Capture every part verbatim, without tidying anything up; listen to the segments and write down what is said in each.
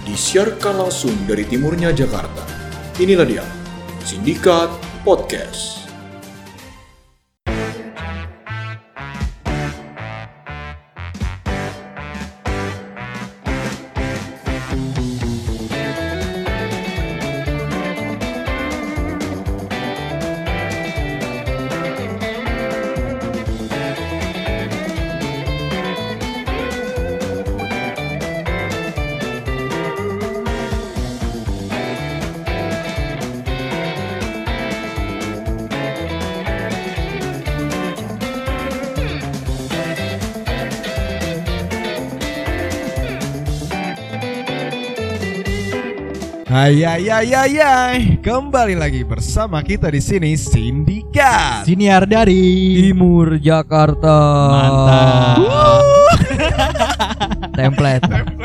disiarkan langsung dari timurnya Jakarta. Inilah dia, Sindikat Podcast. Hai hai hai hai hai, kembali lagi bersama kita di sini Sindikat Siniar dari Timur Jakarta. Mantap. Template.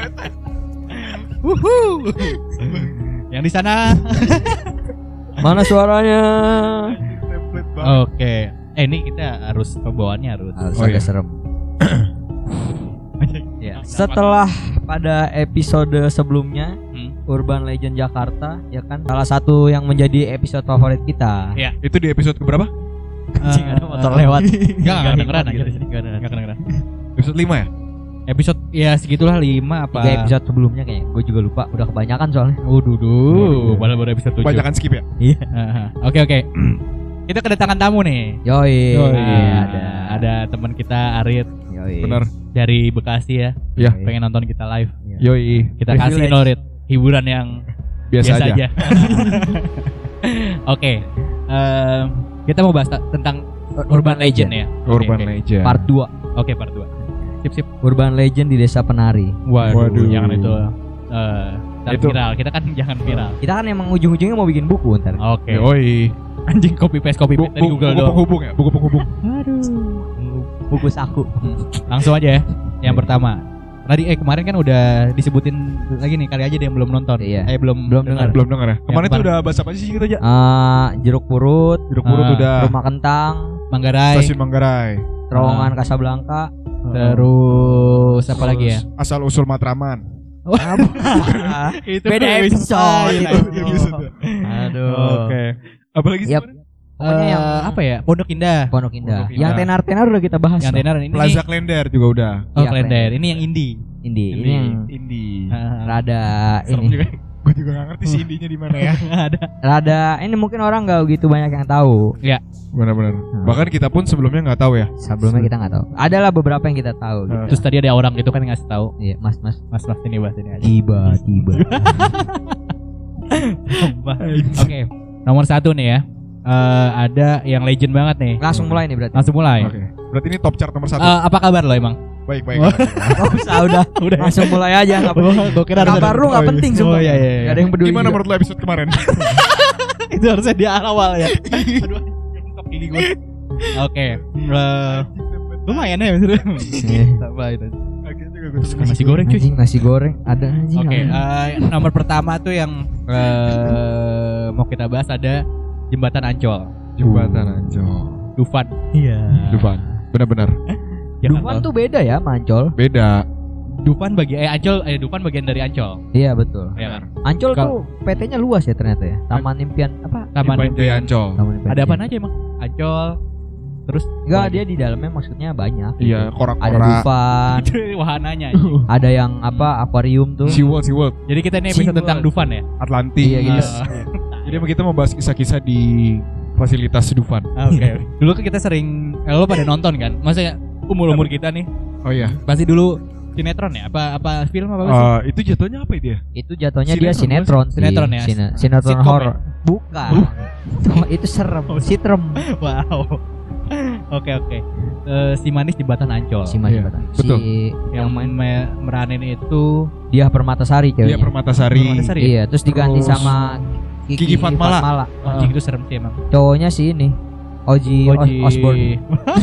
Wuhu. Yang di sana. Mana suaranya? Template banget. Oke. Eh ini kita harus pembawaannya harus. Harus Oh, agak iya. serem. Ya. Setelah pada episode sebelumnya Hmm. Urban Legend Jakarta, ya kan, salah satu yang menjadi episode favorit kita. Iya. Itu di episode keberapa? Anjing, ada motor lewat. Enggak enggak kedengeran aja. Gitu, nggak ada. Enggak kedengeran. Episode lima ya? Episode ya segitulah lima apa? Tiga episode sebelumnya kayaknya. Gue juga lupa, udah kebanyakan soalnya. Waduh, duh. Padahal baru episode tujuh. Kebanyakan skip ya? Iya. Aha. Oke oke. Kita kedatangan tamu nih. Yoi. Yoi. Nah, ada. ada teman kita Arit Yoi. Benar. dari Bekasi ya. Iya. Pengen nonton kita live. Yoi. Kita kasih no Rit, hiburan yang Biasa, biasa, aja. aja. Oke, em, kita mau bahas ta- tentang Urban Legend ya. Urban Oke, oke. Legend. Part dua. Oke, part dua. Sip sip. Urban Legend di Desa Penari. Waduh, Waduh. jangan itu eh ntar Itu- viral. Kita kan jangan viral. Kita kan emang ujung-ujungnya mau bikin buku ntar. Oke. Yoi. Anjing copy paste copy Bu- paste dari bu- Google buku doang. penghubung ya? Buku penghubung. Buku saku. Langsung aja ya. Yang pertama. Tadi eh kemarin kan udah disebutin lagi nih, kali aja dia yang belum nonton. Iya. Eh belum Belum dengar. Belum dengar ya? Kemarin tuh kemarin. udah bahas apa sih kita aja? Eh, jeruk purut, Jeruk purut Ah. udah. rumah kentang, Manggarai. Stasiun Manggarai. terowongan Ah. Casablanca. Terus apa lagi ya? Asal usul Matraman. Itu Beda episode. Itu episode. Aduh. Oke. Apalagi sih? Yap. Pokoknya yang Eh, apa ya? Pondok Indah. Pondok Indah. Pondok Indah. Yang tenar-tenar udah kita bahas. Yang loh. tenar ini. Plaza Klender juga udah. Oh, Iya, Klender. Ini yang indie. Indi. Ini yang Indie. rada Serem ini. juga. Gue juga gak ngerti sih indinya di mana ya. Ada. Rada ini mungkin orang nggak begitu banyak yang tahu. Benar-benar. Hmm. Bahkan kita pun sebelumnya nggak tahu ya. Sebelumnya kita nggak tahu. Adalah beberapa yang kita tahu. Gitu. Hmm. Terus tadi ada orang gitu kan yang ngasih tahu. Iya, Mas, Mas. Mas Mas ini bahas ini aja. Tiba-tiba. Oke. Nomor satu nih ya. Eh, ada yang legend banget nih. Langsung mulai nih berarti. Langsung mulai. Oke. Berarti ini top chart nomor satu. Eh, apa kabar lo emang? Baik baik. Oh. Gak usah udah. Udah. Langsung mulai aja nggak penting. Gue kira harus Kabar ada- lu nggak Oh, iya. penting Oh, semua. iya, iya, iya. Gak ada yang peduli. Gimana juga. menurut lo episode kemarin? Itu harusnya di awal ya. Aduh, stop gigi gue. Oke. Eh, lumayan ya maksudnya. Tambah itu. Suka nasi goreng cuy. Anjing nasi goreng ada anjing. Oke, ada. eh, nomor pertama tuh yang eh, mau kita bahas ada Jembatan Ancol, Jembatan Ancol. Dufan. Iya. Dufan. Benar-benar. Dufan tuh beda ya, Mancol. Beda. Dufan bagi eh Ancol, eh Dufan bagian dari Ancol. Iya betul. Ya kan? Ancol Kal- tuh P T-nya luas ya ternyata ya. Taman Impian apa? Taman Impian Jaya Ancol. Taman Impian. Ada apaan aja emang? Ancol. Terus Enggak, dia di dalamnya maksudnya banyak. Iya, Ada kora-kora. Dufan, itu wahananya. anjing. ada yang apa akuarium tuh. SeaWorld, SeaWorld. Jadi kita ini episode Simbol. tentang Dufan ya. Atlantis. Iya, gitu. Jadi kita mau bahas kisah-kisah di fasilitas Dufan. Ah, Oke. Dulu kan kita sering, eh, lo pada nonton kan? Maksudnya umur-umur kita nih Oh iya. pasti dulu sinetron ya? Apa apa film apa sih? Eh, itu jatuhnya apa dia? Itu jatuhnya dia Sinetron, sinetron, sih. Sinetron ya? Sine- sinetron Sitcom horor. Bukan. Oh, itu serem, sitrem. Wow. Oke oke. Eh, si manis Jembatan Ancol. Si Mas Iya, Jembatan. betul. Si yang main me- meranin itu dia Permatasari Dia ceweknya. Permatasari. Permatasari. Iya, terus diganti Terus sama Kiki Fatmala. anjing itu serem sih emang. Cowoknya si ini. Oji, Oji Os- Osborne.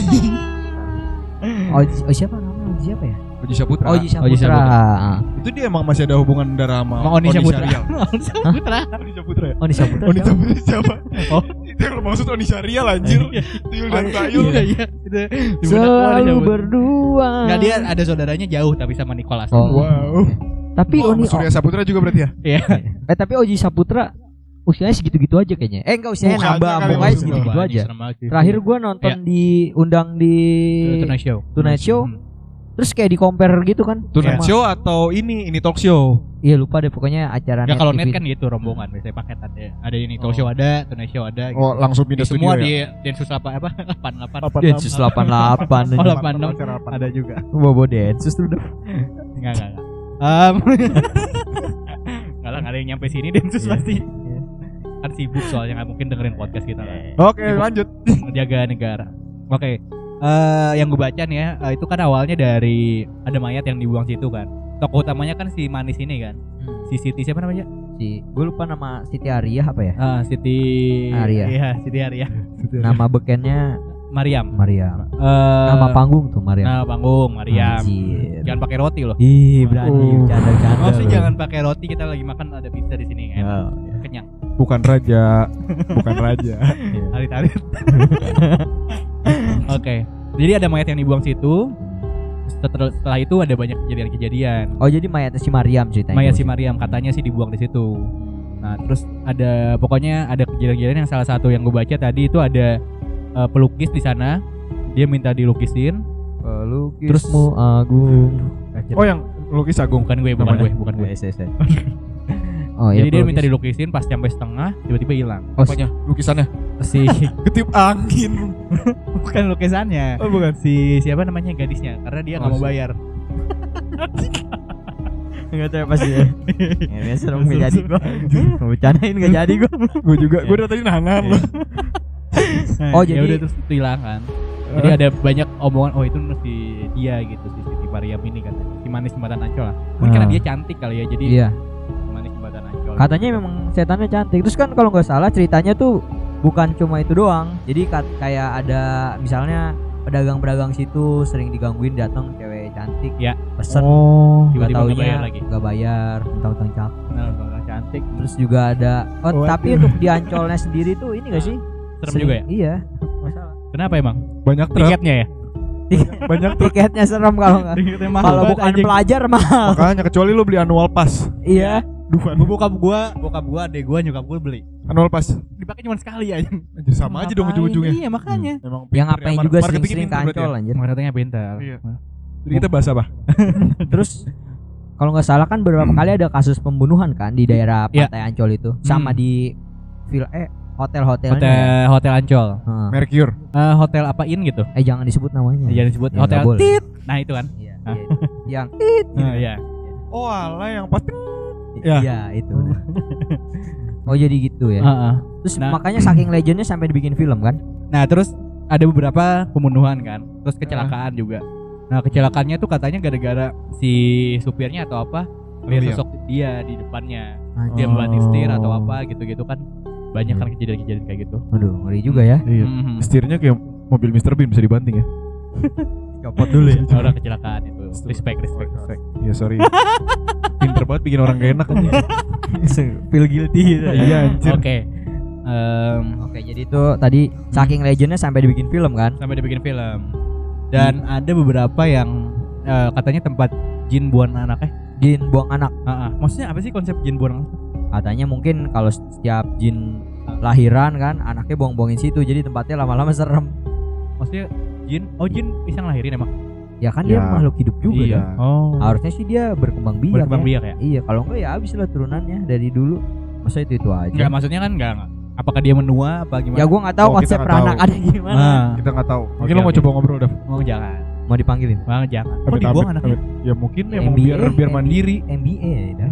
Oji, oh siapa namanya? Oji siapa ya? Oji Saputra. Oji Oji Saputra. Saputra. Ah. Itu dia emang masih ada hubungan darah sama Sama Oni Saputra. Syarial. Oni Saputra. Oni Saputra ya? Oni Saputra. Oni siapa? Saputra siapa? Oh. Itu yang lo maksud Oni Syarial anjir. Tuyul dan Tayul. Iya iya. Itu. Selalu berdua. Enggak, dia ada saudaranya jauh tapi sama Nicholas. Oh. Wow. Tapi Oh, Oni Surya Saputra juga berarti ya? Iya. eh tapi Oji Saputra usianya segitu-gitu aja kayaknya. Eh enggak usianya Mukanya nambah, kali mukanya maksudnya. segitu-gitu Wah, aja. serem banget sih. Terakhir gua nonton Iya. diundang di Tonight Show. Tonight Show. Hmm. Terus kayak di compare gitu kan. Tonight sama- Show atau ini ini talk show? Iya lupa deh pokoknya acara Enggak, kalau T V. net kan gitu rombongan biasanya paketan ya. Ada ini talk Oh. show ada, Tonight Show ada. Oh, langsung pindah Di semua studio di ya? Densus apa apa delapan puluh delapan. Densus delapan puluh delapan. Oh, delapan puluh enam ada juga. Bobo Densus tuh udah. Enggak enggak enggak. Um, enggak lah, enggak ada yang nyampe sini Densus pasti. Kan sibuk soalnya nggak mungkin dengerin podcast kita lah. Oke, lanjut. Menjaga negara. Oke. Eh, yang gue baca nih ya, eh, itu kan awalnya dari ada mayat yang dibuang situ kan. Tokoh utamanya kan si manis ini kan. Si Siti siapa namanya? Si gue lupa nama Siti Arya apa ya? Ah, Siti Arya. Iya, Siti Arya. Nama bekennya Mariam. Maria. Eh, Nama panggung tuh Maria. Nama panggung Mariam. Anjir. Jangan pakai roti loh. Ih, berani Oh. bercanda-canda. Maksudnya lu. jangan pakai roti, kita lagi makan ada pizza di sini kan. Oh, Kenyang. Bukan raja, bukan raja. Arit-arit. Oke. Jadi ada mayat yang dibuang situ. Setelah, setelah itu ada banyak kejadian-kejadian. Oh, jadi mayatnya si Mariam ceritanya. Mayat si Mariam katanya sih dibuang di situ. Nah, terus ada pokoknya ada kejadian-kejadian yang salah satu yang gue baca tadi itu ada eh, pelukis di sana. Dia minta dilukisin. Pelukismu agung. Oh, yang lukis Agung. Bukan gue, bukan Namanya? gue, bukan gue. Oh, Jadi ya, dia pelukis. minta dilukisin pas sampai setengah tiba-tiba hilang. Oh, Apanya? Lukisannya? Si Ketip angin. bukan lukisannya. Oh, bukan. Si siapa namanya gadisnya karena dia nggak Oh, mau si- bayar. Enggak tahu pasti ya. Ya serem enggak jadi gua. Bercandain enggak jadi gua. Gue juga, gue dari tadi nahan loh. Nah, Oh, ya jadi- udah terus itu hilang kan. Jadi ada banyak omongan oh itu si dia gitu si Siti Mariam ini katanya. Si manis jembatan Ancol lah. Mungkin Ah. karena dia cantik kali ya jadi Iya. si manis jembatan Ancol. Katanya memang setannya cantik. Terus kan kalau nggak salah ceritanya tuh bukan cuma itu doang. Jadi kat- kayak ada misalnya pedagang-pedagang situ sering digangguin datang cewek cantik. Ya. Pesen. Oh. Nggak Tiba-tiba nggak taunya bayar lagi. nggak bayar, mentang-mentang cakep. Nah, orang cantik Terus juga ada. Oh, Waduh. tapi untuk di Ancolnya sendiri tuh ini gak sih? serem Sering- juga ya. Iya. Kenapa emang? Banyak truk, Tiketnya ya? banyak truk. Tiketnya serem kalau nggak. Tiketnya mahal Kalau banget, bukan anjing. pelajar mahal. Makanya kecuali lu beli annual pass. Iya. Dufan. Gua bokap gua, bokap gua, adek gua, nyokap gua beli. Annual pass. Dipakai cuma sekali aja. Anjir, sama aja dong Ngapain? ujung-ujungnya. Iya, makanya. Emang Yang pinter ngapain ya, juga marketingnya sering-sering ke pinter berarti Ancol ya. anjir. Marketingnya pintar. Iya. Jadi kita bahas apa? Terus kalau nggak salah kan beberapa kali ada kasus pembunuhan kan di daerah Iya. Pantai Ancol itu, sama Hmm. di vil eh hotel-hotelnya. Hotel Hotel Ancol. Heeh. Mercure. Eh, hotel apain gitu? Eh jangan disebut namanya. Jangan disebut Ya, hotel nggak boleh. Tit. Nah, itu kan. Iya, Hah? iya, itu. Yang tit. Nah, iya. Oh, alah yang pas. Ya. Iya, itu benar. Oh jadi gitu ya. Heeh. Terus Nah. makanya saking legendnya sampai dibikin film kan? Nah, terus ada beberapa pembunuhan kan. Terus kecelakaan juga. Nah, kecelakaannya tuh katanya gara-gara si supirnya atau apa lihat Lihat. sosok dia di depannya. Anjir. Dia Oh. membanting setir atau apa gitu-gitu kan. Banyak kan kejadian-kejadian kayak gitu. Aduh, ngeri juga ya. Iya. Mhm. Setirnya kayak mobil mister Bean bisa dibanting ya. Copot dulu ya. Orang kecelakaan itu. Respect, respect, respect. Iya, sorry. Pinter banget bikin orang gak enak aja. Feel guilty gitu. Iya, anjir. Oke. Em, Oke, jadi itu tadi saking legendnya sampai dibikin film kan? sampai dibikin film. Dan ada beberapa yang eh, katanya tempat jin buang anak eh. Jin buang anak. Heeh. Maksudnya apa sih konsep jin buang anak? Katanya mungkin kalau setiap jin lahiran kan anaknya buang-buangin situ, jadi tempatnya lama-lama serem. Maksudnya jin, oh jin bisa ngelahirin emang? Ya kan dia Ya. makhluk hidup juga Iya. kan? Oh. Harusnya sih dia berkembang biak Berkembang ya. biak ya? Iya, kalau enggak ya habis lah turunannya dari dulu. Masa itu itu aja. Enggak, maksudnya kan enggak, enggak. Apakah dia menua apa gimana? Ya gua nggak tahu Oh, kita konsep nggak peranakannya gimana. Nah, Kita nggak tahu. Mungkin Oke, lo mau oke. coba ngobrol, Dav. oh jangan. Mau dipanggilin? Bang, jangan. Kok Amit, dibuang amit, anaknya? amit. Ya mungkin ya mau M B A, biar biar M B A, mandiri. M B A dah.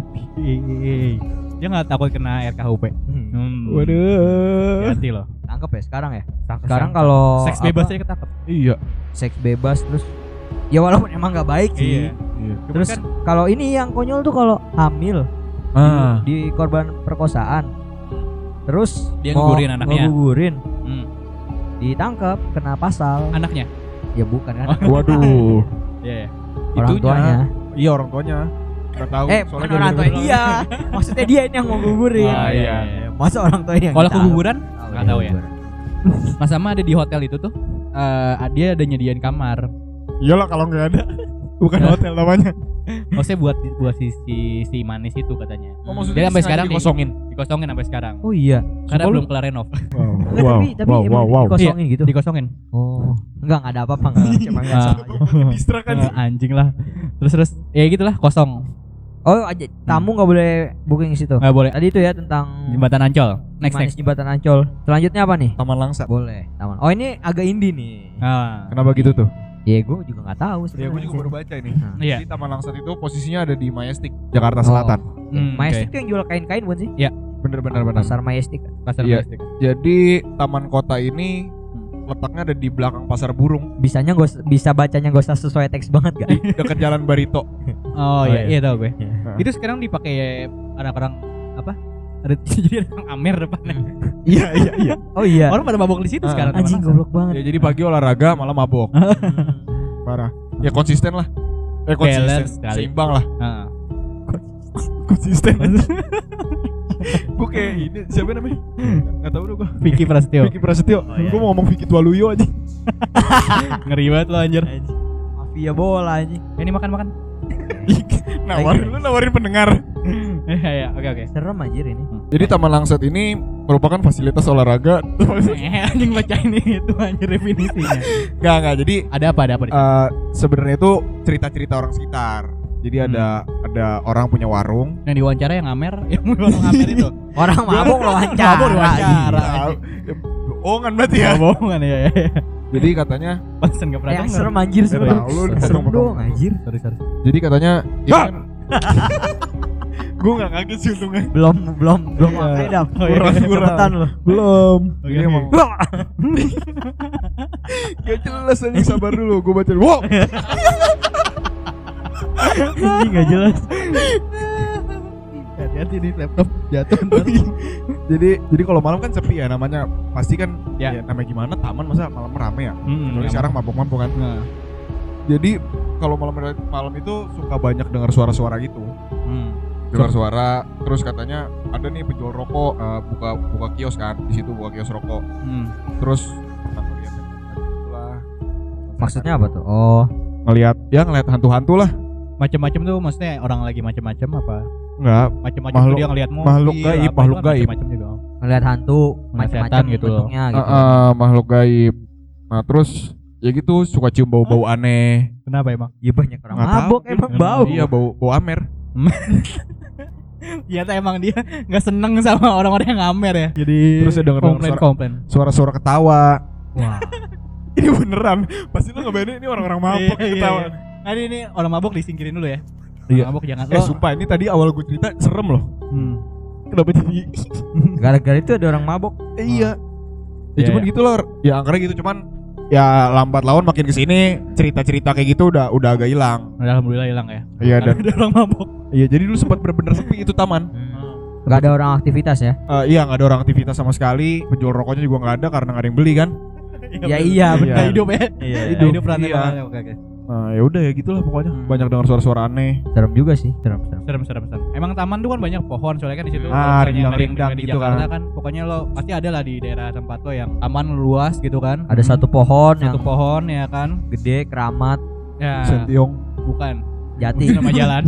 Dia enggak takut kena R K U P. Hmm. Hmm. Waduh. Hati loh. Tangkep ya sekarang ya? Takut Sekarang sama. kalau seks bebas apa, aja ketangkep. Iya. seks bebas terus ya walaupun emang nggak baik sih. Iya. Iya. Terus kan kalau ini yang konyol tuh kalau hamil Ah. di korban perkosaan. Terus Dia mau ngegugurin anaknya. ngegugurin, hmm, ditangkap kena pasal. anaknya. Ya bukan kan? Waduh. Iya, ya. Orang Itunya. tuanya. Iya, orang tuanya. Enggak tahu. Eh, soalnya bukan orang tua gara-gara- dia. Maksudnya dia ini yang mau gugurin. Ah, iya, iya. Masa orang tuanya yang Kalau ditangkap? keguguran enggak tahu ya. keguguran. Mas sama ada di hotel itu tuh. Eh dia ada nyediain kamar. Iyalah kalau nggak ada. Bukan Ya. hotel namanya. Maksudnya buat buat si si, si manis itu katanya. Oh, Jadi sampai sekarang di- dikosongin. dikosongin sampai sekarang. Oh iya. Karena Sumpah belum lu- kelar renov. Enggak, tapi tapi emang dikosongin gitu. Dikosongin. Oh, enggak enggak ada apa-apa enggak. Cuma nggak Ah. salah aja. Distrak kan. Eh, anjing lah. Terus terus ya gitulah kosong. Oh, aja tamu enggak boleh booking di situ. Nggak boleh. Tadi itu ya tentang Jembatan Ancol. Next Manis next. Jembatan Ancol. Selanjutnya apa nih? Taman Langsat. Boleh. Taman. Oh, ini agak indie nih. Ah. Kenapa gitu tuh? Ya gue juga nggak tahu Ya sebenarnya. gue juga baru baca ini. Nah. Iya. Jadi Taman Langsat itu posisinya ada di Majestic, Jakarta Selatan. Oh. Hmm, Majestic oke. tuh yang jual kain-kain bukan sih? Bener-bener bener. Pasar Majestic. Pasar Iya. Majestic. Jadi Taman Kota ini letaknya ada di belakang Pasar Burung, Bisanya gak bisa bacanya gak usah sesuai teks banget gak? di dekat Jalan Barito. Oh, iya, iya tahu gue. Heeh. Itu sekarang dipakai anak-orang apa? Ada jadi orang Amer depannya. Iya iya iya. Oh iya. Orang pada mabok di situ Ah, sekarang. Anjing Taman goblok banget. Ya jadi pagi olahraga, malam mabok. Parah. Ya konsisten lah. Eh konsisten. Balance sekali. Seimbang lah. Heeh. Konsisten. Gue kayak ini siapa namanya? Gak tau udah gue. Vicky Prasetyo. Vicky Prasetyo. iya. Gue mau ngomong Vicky Tualuyo aja. Ngeri banget lo anjir. Mafia bola anjing. Ini makan-makan. Nawarin lu nawarin pendengar. Iya, iya, oke oke. Serem anjir ini. Jadi Taman Langsat ini merupakan fasilitas olahraga. Eh, anjing baca ini itu anjir definisinya. Enggak enggak. Jadi Ada apa? Ada apa di sini? eh, sebenarnya itu cerita-cerita orang sekitar. Jadi ada ada orang punya warung. Yang diwawancara yang Amer, yang orang Amer itu. Orang mabok lo wawancara. Mabok diwawancara. Ya, bohongan berarti ya. Bohongan ya. ya. Jadi katanya Pantesan enggak pernah Yang denger. serem anjir sebenarnya. tahu lu Serem dipotong-potong. dong anjir. Sorry, sorry. jadi katanya itu Ah! kan gue nggak kaget sih untungnya. Belum belum belum Iya. apa dah. Oh, iya. Kurang, kurang. Cepetan lo. Belum. Oke, Jadi oke. emang gak jelas aja, sabar dulu gue baca. Wow. Anjing enggak jelas. Hati-hati nih laptop jatuh ntar. jadi jadi kalau malam kan sepi ya, namanya pasti kan Ya. ya, namanya gimana taman masa malam rame ya. Hmm, Kecuali ya, sekarang mabok-mabok kan. Nah. Jadi kalau malam malam itu suka banyak dengar suara-suara gitu. Hmm. Dengar suara, terus katanya ada nih penjual rokok eh, buka buka kios kan, di situ buka kios rokok. Hmm. Terus pernah ngeliat yang lah. Maksudnya apa tuh? Oh, Ngeliat ya ngeliat hantu-hantu lah. Macam-macam tuh maksudnya orang lagi macam-macam apa? Enggak, Macam-macam Makhluk- tuh dia ngeliat mobil. makhluk gaib, apa, makhluk itu kan gaib. Macam-macam juga. ngeliat hantu Ngeliat macam-macam setan gitu loh. bentuknya Eh, gitu. eh, makhluk gaib. Nah terus ya gitu suka cium bau-bau aneh. Kenapa emang? Ya banyak orang Nggak tahu. mabok emang Emang bau. Iya bau bau amer. Iya, tuh emang dia nggak seneng sama orang-orang yang ngamer ya. Jadi Terus ya denger-denger komplain suara- komplain. Suara-suara ketawa. Wah. Ini beneran. Pasti lu ngebayangin ini orang-orang mabok Iya, iya, ketawa. iya. Nah, ini, ini orang mabok disingkirin dulu ya. Iya. Orang mabok jangan. Eh sumpah ini tadi awal gue cerita serem loh. Hmm. Kenapa jadi? Gara-gara itu ada orang mabok. Eh, iya. Ya Iya, cuman iya. gitu loh. Ya angkernya gitu cuman ya lambat laun makin kesini cerita-cerita kayak gitu udah udah agak hilang. Alhamdulillah hilang ya. Iya Karena dan ada orang mabok. iya jadi dulu sempat bener-bener sepi itu taman. Gak ada orang aktivitas ya? Eh, iya nggak ada orang aktivitas sama sekali. Penjual rokoknya juga nggak ada karena nggak ada yang beli kan. Ya iya benar. Hidup ya. Iya, Hidup, hidup iya. rantai. Oke oke. Nah ya udah ya gitulah pokoknya. Hmm. Banyak dengar suara-suara aneh. Serem juga sih, serem serem. Serem serem serem. Emang taman tuh kan banyak pohon soalnya kan di situ. Ah, kalau misalnya rindang-rindang dari- dari gitu Jakarta kan. kan. Pokoknya lo pasti ada lah di daerah tempat lo yang taman luas gitu kan. Ada satu pohon Satu yang pohon ya kan. gede, keramat, Ya. Sentiong. Bukan. jati, Itu nama jalan.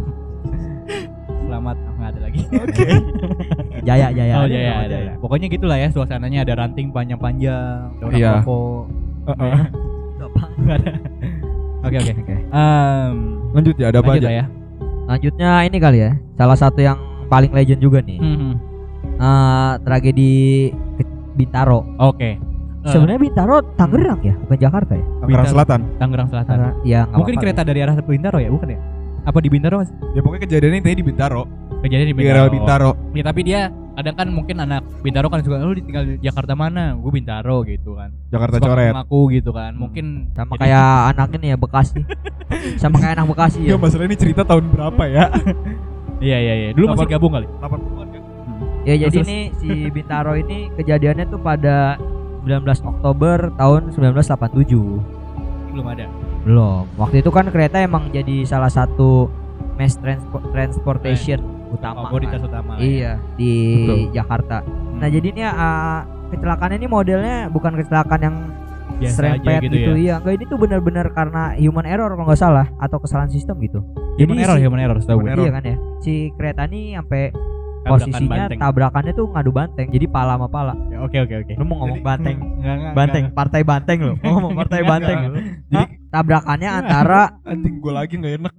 Selamat, ah, nggak ada lagi. jaya, jaya. Oh Ada iya, nama iya, iya. Pokoknya gitulah ya suasananya, ada ranting panjang-panjang, ada orang Iya. rokok. Heeh. Nggak ada. Oke oke. Oke. Em, Lanjut ya ada apa lanjut aja? lah ya. Lanjutnya ini kali ya, salah satu yang paling legend juga nih. Hmm, Eh, tragedi ke- Bintaro. Oke. Eh, Sebenarnya Bintaro Tangerang ya, bukan Jakarta ya? Tangerang Bintaro. Selatan. Tangerang Selatan. Tangerang. Ya nggak Mungkin apa-apa kereta dari arah Bintaro ya, bukan ya? Apa di Bintaro Mas? Ya pokoknya kejadiannya tadi di Bintaro. Kejadian di Di Bintaro. daerah Bintaro. Ya tapi dia kadang kan mungkin anak Bintaro kan suka, lu tinggal di Jakarta mana? Gue Bintaro gitu kan. Jakarta Suka coret. ngaku gitu kan. Mungkin ya. Sama jadi- kayak anak ini ya Bekasi. Sama kayak anak Bekasi ya. Ya masalah ini cerita tahun berapa ya? Iya iya iya. Dulu masih Apa- gabung kali. delapan puluhan kan? Ya jadi Terus- nih si Bintaro ini kejadiannya tuh pada sembilan belas Oktober tahun sembilan belas delapan puluh tujuh. Belum ada. Belum. Waktu itu kan kereta emang jadi salah satu mass transpo- transportation utama. Komoditas kan. utama. Iya, di Betul. Jakarta. Hmm. Nah, jadi ini uh, kecelakaan ini modelnya bukan kecelakaan yang biasa serempet aja gitu, gitu, ya. iya. Enggak, ini tuh benar-benar karena human error kalau nggak salah atau kesalahan sistem gitu. Human error, si- human error, setahu gue. Iya kan ya. Si kereta nih sampai Tabrakan posisinya banteng. tabrakannya tuh ngadu banteng. Jadi pala sama pala. Ya, Oke oke oke. Lu mau ngomong Jadi- banteng. Enggak enggak. Banteng, partai banteng lo. Mau ngomong partai Enggak, banteng. enggak. lo. Jadi tabrakannya antara Anjing gue lagi enggak enak.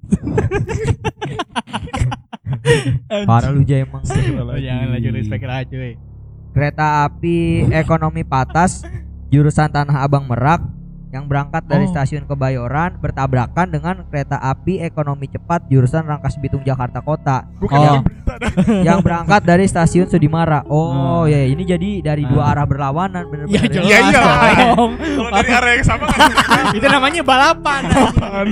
parah lu Jay emang. Oh, jangan lagi respect lah cuy. Kereta api ekonomi Patas jurusan Tanah Abang Merak yang berangkat dari Oh. stasiun Kebayoran bertabrakan dengan kereta api ekonomi cepat jurusan Rangkas Bitung Jakarta Kota. Bukan Oh. yang berita dah. Yang berangkat dari stasiun Sudimara. Oh, Hmm. ya ya. Ini jadi dari dua Hmm. arah berlawanan Ya bener-bener. jelas Iya, iya. dong. Kalau dari arah yang sama kan Itu namanya balapan. apaan?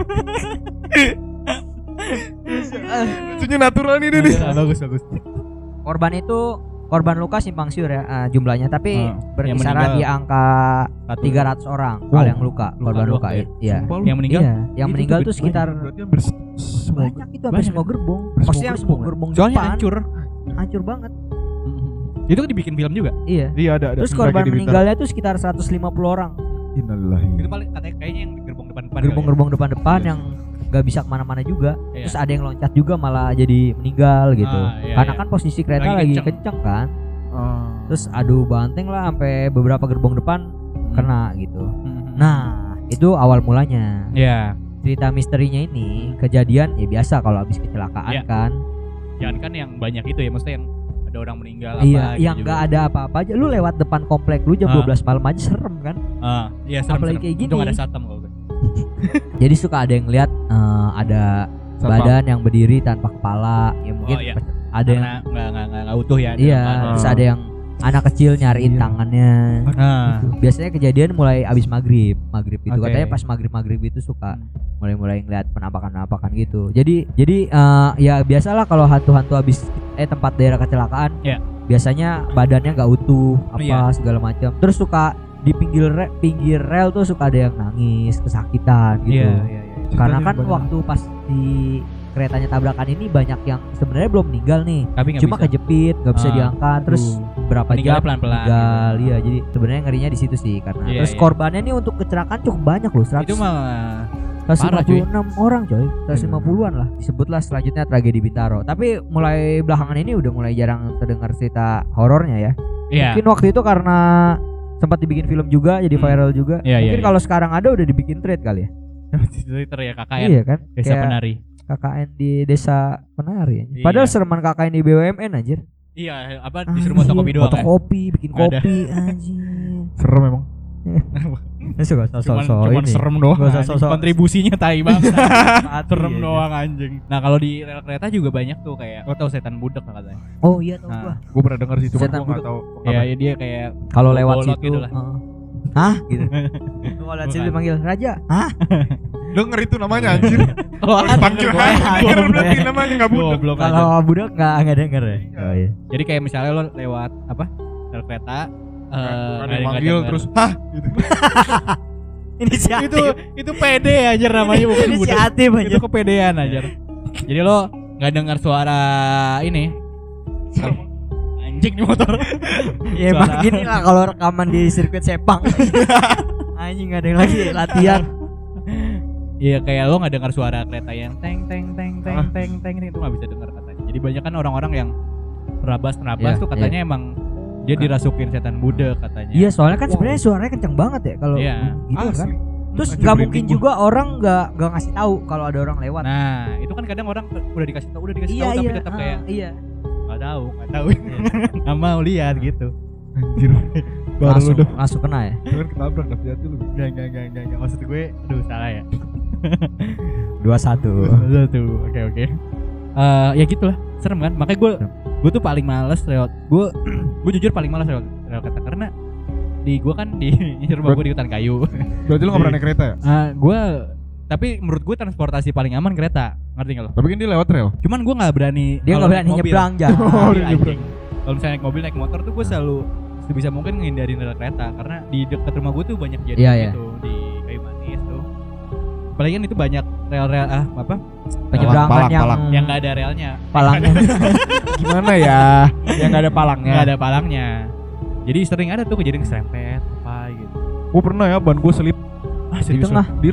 Lucunya natural nih Dede. Bagus bagus. Korban itu korban luka simpang siur ya eh, jumlahnya, tapi Hmm. Yang berkisaran meninggal. di angka Satu. tiga ratus orang Wow. kalau yang luka, korban luka luka. ya? Iya. Sumpah lu. Yang meninggal. Iya, yang Itu meninggal tuh tuh sekitar berarti hampir se- semua banyak itu hampir Banyak. semua gerbong. Hampir semua Maksudnya semua gerbong ya? gerbong Soalnya depan hancur. hancur banget. Itu kan dibikin film juga. Iya. Iya ada ada. Terus korban meninggalnya tuh sekitar seratus lima puluh orang. Innalillahi. Itu paling katanya kayaknya yang di gerbong depan-depan. Gerbong-gerbong depan-depan Iya. yang gak bisa kemana-mana juga. Iya. Terus ada yang loncat juga malah jadi meninggal gitu. Ah, iya, Karena iya. kan posisi kereta Lagi lagi kenceng. kenceng kan. Ah. Terus adu banteng lah sampai beberapa gerbong depan kena gitu. Hmm. Nah, itu awal mulanya. ya, Cerita misterinya ini kejadian ya biasa kalau habis kecelakaan Iya. kan. jangan kan yang banyak itu ya, maksudnya yang ada orang meninggal Iya, apa yang gitu nggak juga. ada apa-apa aja. Lu lewat depan komplek lu jam Ah. dua belas malam aja serem kan. Ah, iya serem, Apalagi serem. kayak gini. Untung ada satam kalau gue. Jadi suka ada yang lihat eh, ada Satpam. badan yang berdiri tanpa kepala. Ya mungkin Oh, iya. ada yang Karena nggak nggak nggak nggak utuh ya. iya, dalam terus Ah. ada yang anak kecil nyariin Iya. tangannya. Ah. Biasanya kejadian mulai abis maghrib, maghrib itu Oke. katanya pas maghrib maghrib itu suka Hmm. mulai-mulai ngeliat penampakan-penampakan gitu. Jadi jadi eh, ya biasalah kalau hantu-hantu abis eh tempat daerah kecelakaan, Iya. biasanya badannya nggak utuh apa Iya. segala macam. Terus suka di pinggir re- pinggir rel tuh suka ada yang nangis, kesakitan gitu. Iya, iya, iya. Karena Ceritanya kan banyak. waktu pas di keretanya tabrakan ini banyak yang sebenarnya belum meninggal nih, Tapi nggak cuma bisa. kejepit, nggak bisa Ah, diangkat, terus berapa Meninggalnya jam pelan-pelan meninggal. gitu. Iya, jadi sebenarnya ngerinya di situ sih karena Iya, terus iya. korbannya nih untuk kecelakaan cukup banyak loh, Itu seratus mah seratus lima parah, puluh enam orang coy, seratus lima Iya. puluhan lah. Disebutlah selanjutnya tragedi Bintaro. Tapi mulai belakangan ini udah mulai jarang terdengar cerita horornya ya. iya. Mungkin waktu itu karena sempat dibikin film juga, jadi Hmm. viral juga. Iya, iya, Mungkin iya. kalau sekarang ada udah dibikin thread kali ya. Di Twitter ya K K N. Iya kan? Desa Kayak Penari. K K N di desa Penari. Iya. Padahal sereman K K N di B U M N anjir. Iya, apa disuruh fotokopi doang kan? Fotokopi, bikin Nggak ada. kopi anjir. Serem emang. Itu gak Cuman, sosok cuman ini. serem doang. Nggak usah anjing. sosok- Kontribusinya tai banget. Mati serem aja. doang anjing. Nah, kalau di rel kereta juga banyak tuh kayak lo tau setan budak nggak katanya. Oh iya tau Nah, gua. Gue pernah denger sih, cuma Setan gue nggak buduk. tahu. Ya, ya dia kayak Kalau lewat bolot situ gitu lah. heeh. Hah gitu. Lu kalau lewat situ Bukan. dipanggil Raja. Hah? Denger itu namanya anjir. Oh, Kalau dipanggil gue- anjir gue- berarti namanya enggak budak. goblok aja. Kalau budak enggak enggak denger ya. Oh iya. Jadi kayak misalnya lo lewat apa? Rel kereta eh Ada nggak- yang nggak manggil denger. terus, hah gitu. Inisiatif. itu itu pede aja namanya bukan budak. Inisiatif aja. Itu kepedean aja. Jadi lo nggak dengar suara ini. Anjing di motor. Ya emang Suara- gini lah kalau rekaman di sirkuit Sepang. Anjing enggak ada yang lagi latihan. Iya kayak lo nggak dengar suara kereta yang teng teng teng teng Ah. teng teng itu nggak bisa dengar katanya. Jadi banyak kan orang-orang yang nerabas nerabas Iya, tuh katanya emang dia dirasukin setan budak katanya. Iya, soalnya kan sebenarnya suaranya kenceng banget ya kalau Iya. gitu kan. Asli. Terus Anjir, nggak merinding mungkin gua. juga orang nggak nggak ngasih tahu kalau ada orang lewat. Nah itu kan kadang orang udah dikasih tahu udah dikasih iya tahu tapi iya. tetap ah, kayak iya. nggak tahu nggak tahu nggak mau lihat gitu. Anjir. Baru lu Langsung dong. langsung kena ya. Kan ketabrak tapi hati lu. Gak gak gak gak gak maksud gue aduh salah ya. dua satu. Satu oke oke. Eh ya gitulah serem kan makanya gue gue tuh paling males lewat gue gue jujur paling males lewat lewat kereta karena di gue kan di rumah gue di hutan kayu. Berarti lu enggak pernah naik kereta ya? Ah gue tapi menurut gue transportasi paling aman kereta ngerti nggak lo? Tapi kan dia lewat rel. Cuman gue nggak berani Dia kalau nggak berani naik mobil. nyebrang jalan. Oh, Iya, dia nyebrang. anjing. Kalau misalnya naik mobil naik motor tuh gue selalu sebisa mungkin ngindarin rel kereta karena di dekat rumah gue tuh banyak kejadian Iya, iya. gitu di kayu manis tuh. Apalagi kan itu banyak rel-rel ah apa Penyeberangan Palang, yang palang. yang nggak ada relnya, palangnya. Gimana ya? Yang enggak ada palangnya. nggak ada palangnya. Jadi sering ada tuh kejadian keserempet apa gitu. Gue pernah ya ban gue selip Ah Di serius tengah. di rel.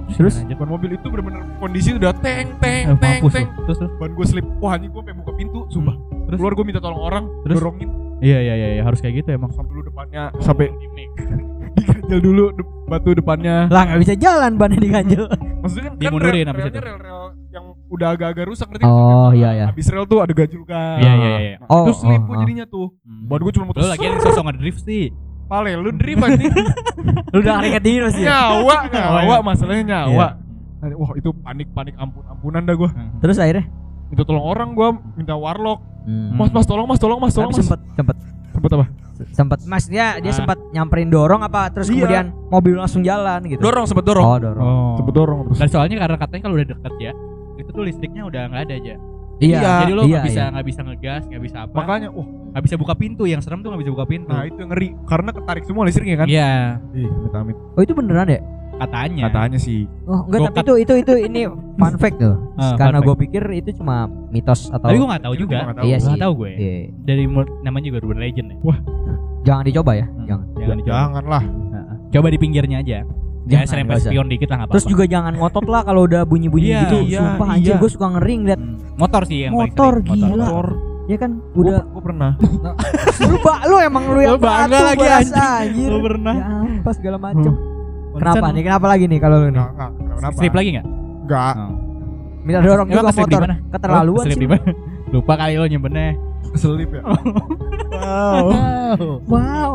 Terus? Anjir, ban mobil itu bener-bener kondisi udah teng teng Eh, teng mampus teng. lu. Terus terus. Ban gue slip. Wah anjing gue pengen buka pintu, sumpah. Terus? Keluar gue minta tolong orang, Terus? dorongin Iya iya iya iya, harus kayak gitu emang. sampai dulu depannya, sampai diganjel dulu de- batu depannya. Lah nggak bisa jalan bannya diganjel. Maksudnya kan, Dimundurin kan habis rel- itu. relnya rel-rel yang udah agak-agak rusak ngerti Oh, nggak sih? Kayak iya, iya. Habis rel tuh ada gajul kan. Iya iya iya. Nah, Oh, itu slip oh, gue oh. jadinya tuh. Hmm. Ban gue cuma muter. Lu lagi yang sosok ngedrift sih. Pale, lu drift anjing. Lu udah keringet dingin masih ya? Nyawa, nyawa iya. masalahnya nyawa. Wah itu panik-panik ampun-ampunan dah gue. Terus akhirnya? Minta tolong orang gue, minta warlock. Hmm. Mas, mas tolong mas, tolong mas, tolong Tapi mas. sempet sempet Sempet apa? sempet Mas dia dia Ah. sempat nyamperin dorong apa terus Iya. kemudian mobil langsung jalan gitu. Dorong, sempet dorong. Oh, dorong. Oh. Sempet dorong terus. Dan soalnya karena katanya kalau udah deket ya, itu tuh listriknya udah nggak ada aja. Iya. Jadi lo iya, nggak bisa iya. nggak bisa ngegas, nggak bisa apa, Makanya, wah, nggak bisa buka pintu. Yang serem tuh nggak bisa buka pintu. nah itu yang ngeri. Karena ketarik semua listriknya kan. Iya, Ih, amit-amit. Oh, itu beneran ya? katanya. Katanya sih. Oh, enggak, Gua tapi itu itu itu ini fun fact tuh. Ah, Karena fun gue pikir itu cuma mitos atau Tapi gue nggak tahu Itu juga. gua nggak tahu. Iya Nggak sih. tahu gue. Iya. Dari mulut- namanya juga urban legend ya. Jangan dicoba ya, Hmm, jangan. Jangan dicoba. Jangan lah. Heeh. Coba di pinggirnya aja. Jangan, Jangan serempet nggak usah. spion dikit lah nggak apa-apa. Terus juga jangan ngotot lah kalau udah bunyi-bunyi Iya, gitu. iya, Sumpah anjir iya. gue suka ngeri ngeliat Hmm. Motor sih yang paling motor sering. gila. Motor. Ya kan Udah. udah Gue pernah. lu bak lu emang lu yang Lu bangga patuh, lagi, gua rasa, anjing. anjir. Lu pernah. Ya apa segala macem. Hmm. Kenapa Konsen- nih? Kenapa lagi nih kalau lu nih? Enggak, enggak. Kenapa? Strip lagi nggak? Enggak. Oh. Minta dorong Emang juga keslip di motor. mana? Keterlaluan Strip sih. di mana? Lupa kali lo nyimpennya. Selip ya. Wow. Wow.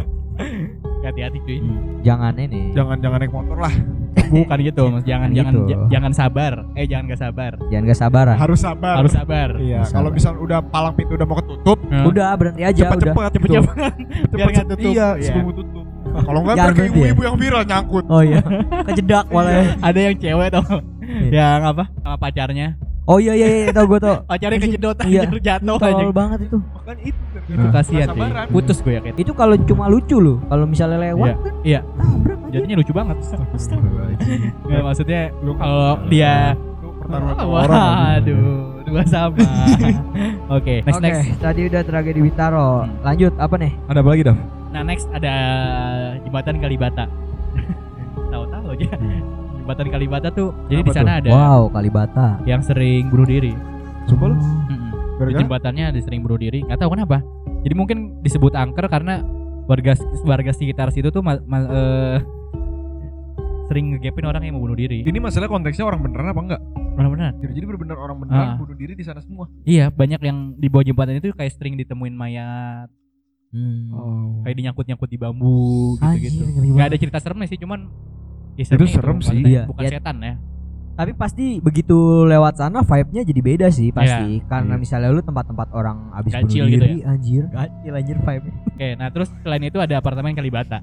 Hati-hati cuy. Jangan ini. Jangan jangan naik motor lah. Bukan gitu, Mas. Jangan Gitu. jangan j- jangan sabar. Eh jangan gak sabar. Jangan gak sabaran. Harus sabar. Harus sabar. Iya, Harus kalau sabar. misal udah palang pintu udah mau ketutup, Nah. Udah berhenti aja udah. cepet-cepet gitu. Cepet-cepet. Biar nggak tutup. Iya, Iya. sebelum tutup. Nah, kalau enggak Jangan ntar kayak berhenti ya? ibu-ibu yang viral nyangkut. Oh iya. Kejedak malah. Ada yang cewek tau yang apa sama pacarnya. Oh iya iya iya tahu gue tuh. Pacarnya Anjing. kejedot Iya. aja jatuh aja. Tolol banget itu. Makanya itu. Itu kasihan sih. Sabaran. Putus gue yakin. Itu kalau cuma lucu loh. Kalau misalnya lewat kan Iya. tabrak aja. Jadinya lucu banget. Nggak, maksudnya Lu kalau dia lu pertaruhan sama Wah, orang. anjing. aduh, dua sama. Oke, next Oke, next. tadi udah tragedi Bintaro. Hmm. Lanjut apa nih? Ada apa lagi, Dav? Nah, next ada jembatan Kalibata. Tahu-tahu aja. Jembatan Kalibata tuh jadi Apa di sana ada Wow, Kalibata. yang sering bunuh diri. Sumpah lu? Mm-mm. Di Gara-gara? jembatannya ada sering bunuh diri, nggak tahu kenapa. Jadi mungkin disebut angker karena warga warga sekitar situ tuh ma- ma- eh, sering ngegepin orang yang mau bunuh diri. Ini masalah konteksnya orang beneran apa enggak? Benar-benar. Jadi bener-bener orang beneran Ah. bunuh diri di sana semua. Iya, banyak yang di bawah jembatan itu kayak sering ditemuin mayat, Hmm. Oh. kayak dinyangkut-nyangkut di bambu gitu-gitu. Anjir, ngeri Nggak banget. ada cerita seremnya sih, cuman ya Itu seremnya serem sih. maksudnya Iya. bukan Ya. setan ya. Tapi pasti begitu lewat sana vibe-nya jadi beda sih pasti. Karena Iya. misalnya lu tempat-tempat orang abis bunuh Gacil diri, gitu anjir. Gacil anjir vibe-nya. Oke, nah terus selain itu ada apartemen Kalibata.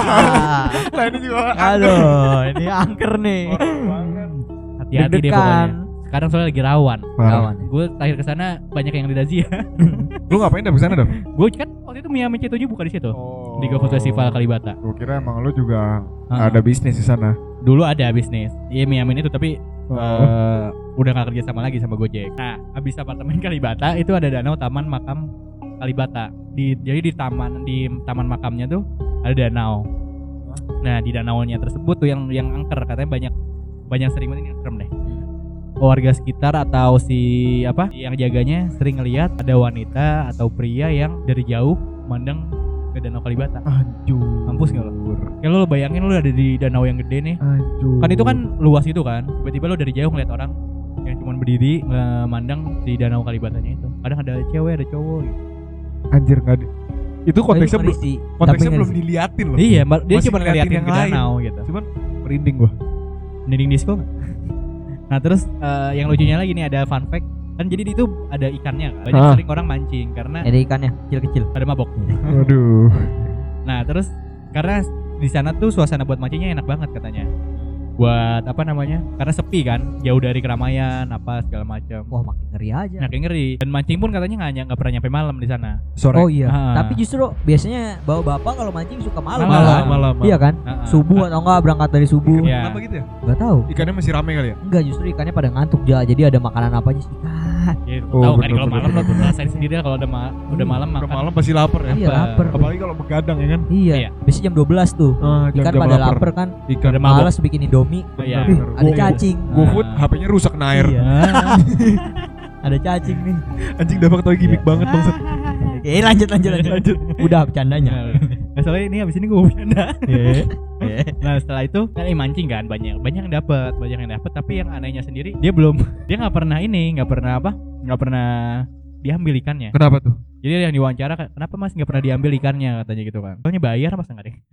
Lah ini juga Aduh, ini angker nih. Hati-hati deh Deg-degan. pokoknya. Sekarang soalnya lagi rawan. Kawan. Gue terakhir ke sana banyak yang dirazia. Lu ngapain Dav ke sana, Dav? Gue kan waktu itu Miami C tujuh buka di situ. Oh. Di GoFood Festival Kalibata. Gua kira emang lu juga Ah. ada bisnis di sana. Dulu ada bisnis. Iya Miami itu tapi Oh. eh, udah gak kerja sama lagi sama Gojek. Nah, habis apartemen Kalibata itu ada danau taman makam Kalibata. Di jadi di taman di taman makamnya tuh ada danau. Nah, di danaunya tersebut tuh yang yang angker katanya banyak banyak sering banget yang serem deh. Warga sekitar atau si apa yang jaganya sering ngelihat ada wanita atau pria yang dari jauh mandang ke danau Kalibata. Anjur. Mampus nggak lo? Kayak lo bayangin lo ada di danau yang gede nih. Anjur. Kan itu kan luas itu kan. Tiba-tiba lo dari jauh ngeliat orang yang cuma berdiri memandang di danau Kalibatanya itu. Kadang ada cewek, ada cowok gitu. anjir enggak di... Itu konteksnya Ngeri belum sih. konteksnya Tapi belum ngeri sih. diliatin loh. Iya, ma- dia Masih cuma ngeliatin ngeliatin yang ke lain. danau gitu. Cuman merinding gua. Mending disco nggak? Nah terus eh, yang lucunya lagi nih ada fun fact. Kan jadi di itu ada ikannya kan. Banyak Ah. sering orang mancing karena Ada ikannya kecil-kecil. ada mabok. Waduh. Nah terus karena di sana tuh suasana buat mancingnya enak banget katanya. Buat apa namanya? Karena sepi kan, jauh dari keramaian apa segala macam. Wah, makin ngeri aja. Nah kayak ngeri. Dan mancing pun katanya nggak nggak pernah nyampe malam di sana. Sore. Oh iya. Ah. Tapi justru biasanya bawa bapak kalau mancing suka malam. Malam, kan? malam. Iya kan? Ah, ah. Subuh atau enggak berangkat dari subuh. Iya. Kenapa gitu ya? Enggak tahu. Ikannya masih rame kali ya? Enggak, justru ikannya pada ngantuk aja. Jadi ada makanan apa aja sih? Ikan Ya, lu Oh, tahu kan bener, kalau bener, malam lo bener. rasain sendiri lah kalau udah ma- udah malam Udah makan. malam pasti lapar ya. Iya, lapar. Apalagi kalau begadang ya kan. Iya. Iya. Biasanya jam dua belas tuh. Ah, Ikan jam-jam pada lapar kan. Ikan Ada mabok. Males bikin Indomie. Oh, iya. Wih, Bener. ada Gua- cacing. GoFood Ah. H P-nya rusak kena air. Iya. Ada cacing nih. Anjing dapat tau gimmick Iya. banget bangsat. Oke, lanjut lanjut lanjut. lanjut. Udah bercandanya. Nah, soalnya ini habis ini gue mau bercanda. Iya. Nah setelah itu kan eh, mancing kan banyak banyak yang dapat banyak yang dapat tapi yang anehnya sendiri dia belum dia nggak pernah ini nggak pernah apa nggak pernah diambil ikannya. Kenapa tuh? Jadi yang diwawancara kenapa mas nggak pernah diambil ikannya katanya gitu kan. Soalnya bayar mas nggak deh.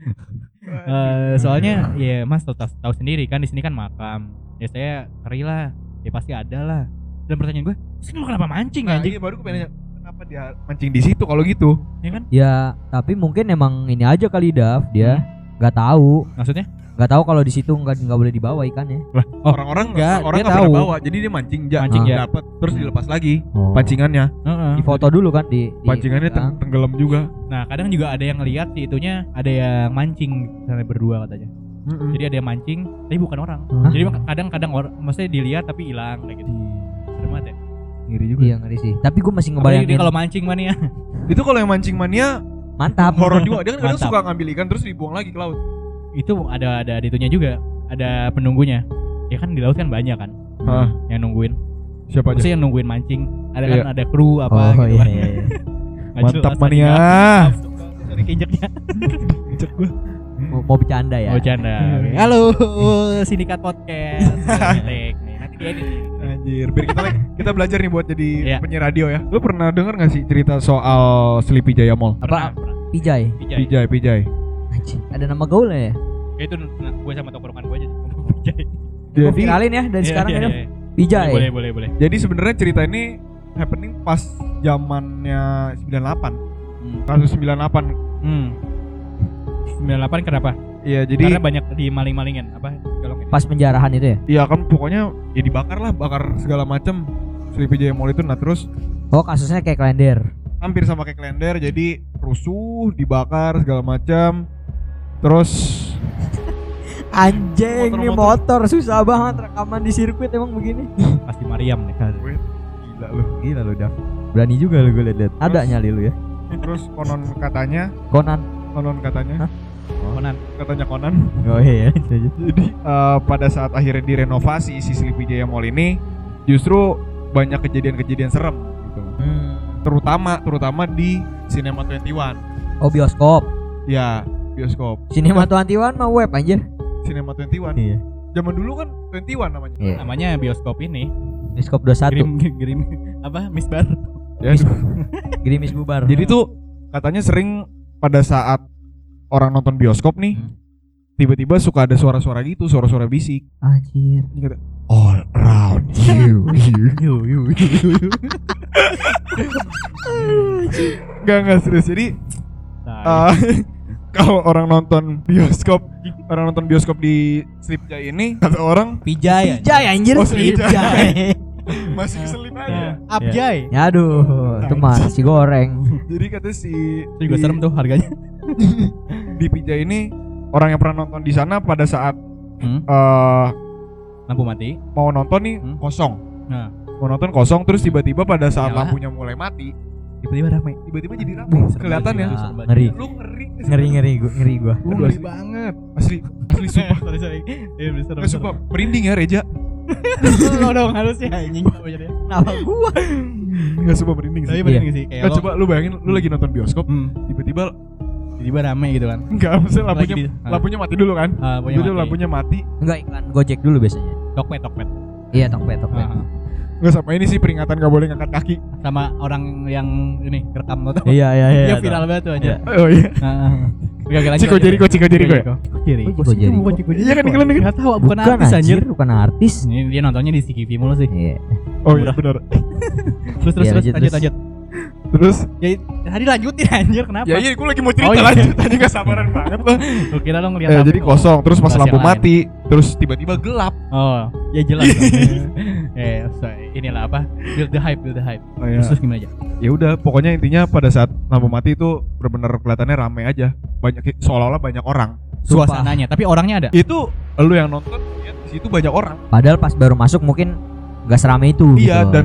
Eh, soalnya ya mas tahu tahu sendiri kan di sini kan makam. Ya saya keri lah ya pasti ada lah. Dan pertanyaan gue sini lo kenapa mancing Nah, anjing? iya baru gue pengen nanya, kenapa dia mancing di situ kalau gitu? Ya kan? Ya, tapi mungkin emang ini aja kali Dav, dia nggak tahu. Maksudnya? Nggak tahu kalau di situ nggak nggak boleh dibawa ikannya. Oh, Orang-orang enggak, orang dia nggak pernah tahu. bawa, jadi dia mancing, ja, Mancing, mancing ja. dapat, terus dilepas lagi Oh. pancingannya, Heeh. Di foto dulu kan di, di pancingannya pegang. teng- tenggelam juga. Nah kadang juga ada yang lihat sih itunya ada yang mancing misalnya berdua katanya. Jadi ada yang mancing tapi bukan orang. Hah? Jadi kadang-kadang orang maksudnya dilihat tapi hilang kayak gitu. Serem banget ya. Ngiri juga. Iya ngeri sih. Tapi gue masih Apalagi ngebayangin. dia kalau mancing mania. Itu kalau yang mancing mania Mantap. horor juga. Dia kan kadang Mantap. suka ngambil ikan terus dibuang lagi ke laut. Itu ada ada itunya juga. Ada penunggunya. Ya kan di laut kan banyak kan Hah, yang nungguin. siapa aja? Maksudnya yang nungguin mancing. Ada kan Iya. ada kru apa Oh gitu iya kan. iya. iya. Nggak Mantap jelas mania. tadi, sorry keinjeknya. Cek gua. Mau, mau bercanda ya. Oh canda. Oke. Halo, Sindikat Podcast. Nih, nanti diedit nih. Anjir, biar kita kita belajar nih buat jadi Iya. penyiar radio ya. Lu pernah denger gak sih cerita soal Sleepy Jaya Mall? Pernah, pernah. Pijay. Pijay. Pijay, Pijay. Anjir, ada nama gaulnya ya? Ya itu nah, gue sama tongkrongan gue aja ngomong Pijay. Gue Jadi, viralin ya dari Iya, sekarang iya, ya. Dav. iya. Pijay. Boleh, boleh, boleh. jadi sebenarnya cerita ini happening pas zamannya sembilan delapan. Hmm. Kasus sembilan delapan. Hmm. sembilan puluh delapan kenapa? Iya, jadi Karena banyak di maling-malingin apa? Golongin. Pas penjarahan itu ya? iya kan pokoknya ya dibakar lah, bakar segala macem Sleepy Jaya Mall itu. Nah terus Oh kasusnya kayak kalender. hampir sama kayak kalender, jadi rusuh, dibakar segala macam. Terus Anjing nih Motor-motor. motor susah banget rekaman di sirkuit emang begini. Pasti Mariam nih. gila lu. Gila lu Dav. Berani juga lu gue liat-liat. Ada nyali lu ya. Terus konon katanya, Conan. konon katanya, Hah? Konan. katanya konon. Oh iya. Jadi eh, pada saat akhirnya direnovasi si Sleepy Jaya Mall ini justru banyak kejadian-kejadian serem gitu. Hmm. Terutama terutama di Cinema dua puluh satu. Oh bioskop. Ya, bioskop. Cinema dua puluh satu mah web anjir. Cinema dua puluh satu. Iya. Zaman dulu kan dua puluh satu namanya. Iya. Namanya bioskop ini. Bioskop dua puluh satu. Grim grim apa? Misbar. Ya, aduh. Grimis bubar. Jadi tuh katanya sering pada saat orang nonton bioskop nih, Hmm. tiba-tiba suka ada suara-suara gitu, suara-suara bisik. Anjir. Ini kata, all around you, you, you, you, you. Gak nggak serius. Jadi Nah, uh, kalau orang nonton bioskop, orang nonton bioskop di Sleep Jay ini, kata orang Pijay. Pijay anjir. Oh, Pijay. Pijay. masih keselip aja. Abjay. Ya aduh, itu mah nasi goreng. Jadi katanya si Itu juga di- serem tuh harganya. di Pijay ini orang yang pernah nonton di sana pada saat Hmm. uh, Lampu mati. mau nonton nih Hmm. kosong, Nah, mau nonton kosong, terus tiba-tiba pada saat Nyala. lampunya mulai mati, tiba-tiba ramai. tiba-tiba jadi ramai. serem Kelihatan banget ya. sih, serem banget. Ngeri. Lu ngeri, nggak sih? Ngeri ngeri gua, ngeri gua. Lu Aduh, ngeri asli. banget. Asli, asli sumpah. sorry, sorry. Iya, bener, serem, Nggak sumpah, merinding ya Reja. Lo dong harusnya anjing. Kenapa gua? Nggak sumpah merinding sih. Tapi bener sih kayak Nggak, lo. coba lu bayangin, lu lagi nonton bioskop, Hmm. tiba-tiba Tiba-tiba rame gitu kan. enggak, maksudnya lampunya Lagi di- ah. lampunya mati dulu kan? Ah, punya Tiba-tiba mati. lampunya mati. Enggak iklan Gojek dulu biasanya. Tokped, tokped. Iya Tokped Tokped. Ah, ah. Nggak, sama ini sih peringatan nggak boleh ngangkat kaki. Sama orang yang ini rekam lo tau. Iya iya iya. Dia viral banget tuh aja. Oh iya. Oke, lanjut, Ciko lanjut. Jericho, Ciko Jericho ya? Jericho. Ciko Jericho. Bukan Ciko Iya kan, iklan kan? Enggak tahu, bukan, Bukan artis anjir. Bukan artis. Ini dia nontonnya di C K V mulu sih. Iya. Oh iya benar. Terus terus Iya, terus lanjut, lanjut terus. lanjut. Terus Ya tadi lanjutin anjir kenapa? ya iya, gue lagi mau cerita Oh, iya. lanjut aja, nggak sabaran banget loh. Lu kira lo ngeliat Eh, apa? jadi kosong, terus pas Rahasia lampu lain. mati, terus tiba-tiba gelap. Oh, ya jelas. eh, so, inilah apa? Build the hype, build the hype. Oh, iya. Terus, terus gimana aja? Ya udah, pokoknya intinya pada saat lampu mati itu benar-benar kelihatannya rame aja, banyak, seolah-olah banyak orang. Suasananya, tapi orangnya ada. Itu lu yang nonton lihat di situ banyak orang. Padahal pas baru masuk mungkin nggak seramai itu. Iya, gitu. dan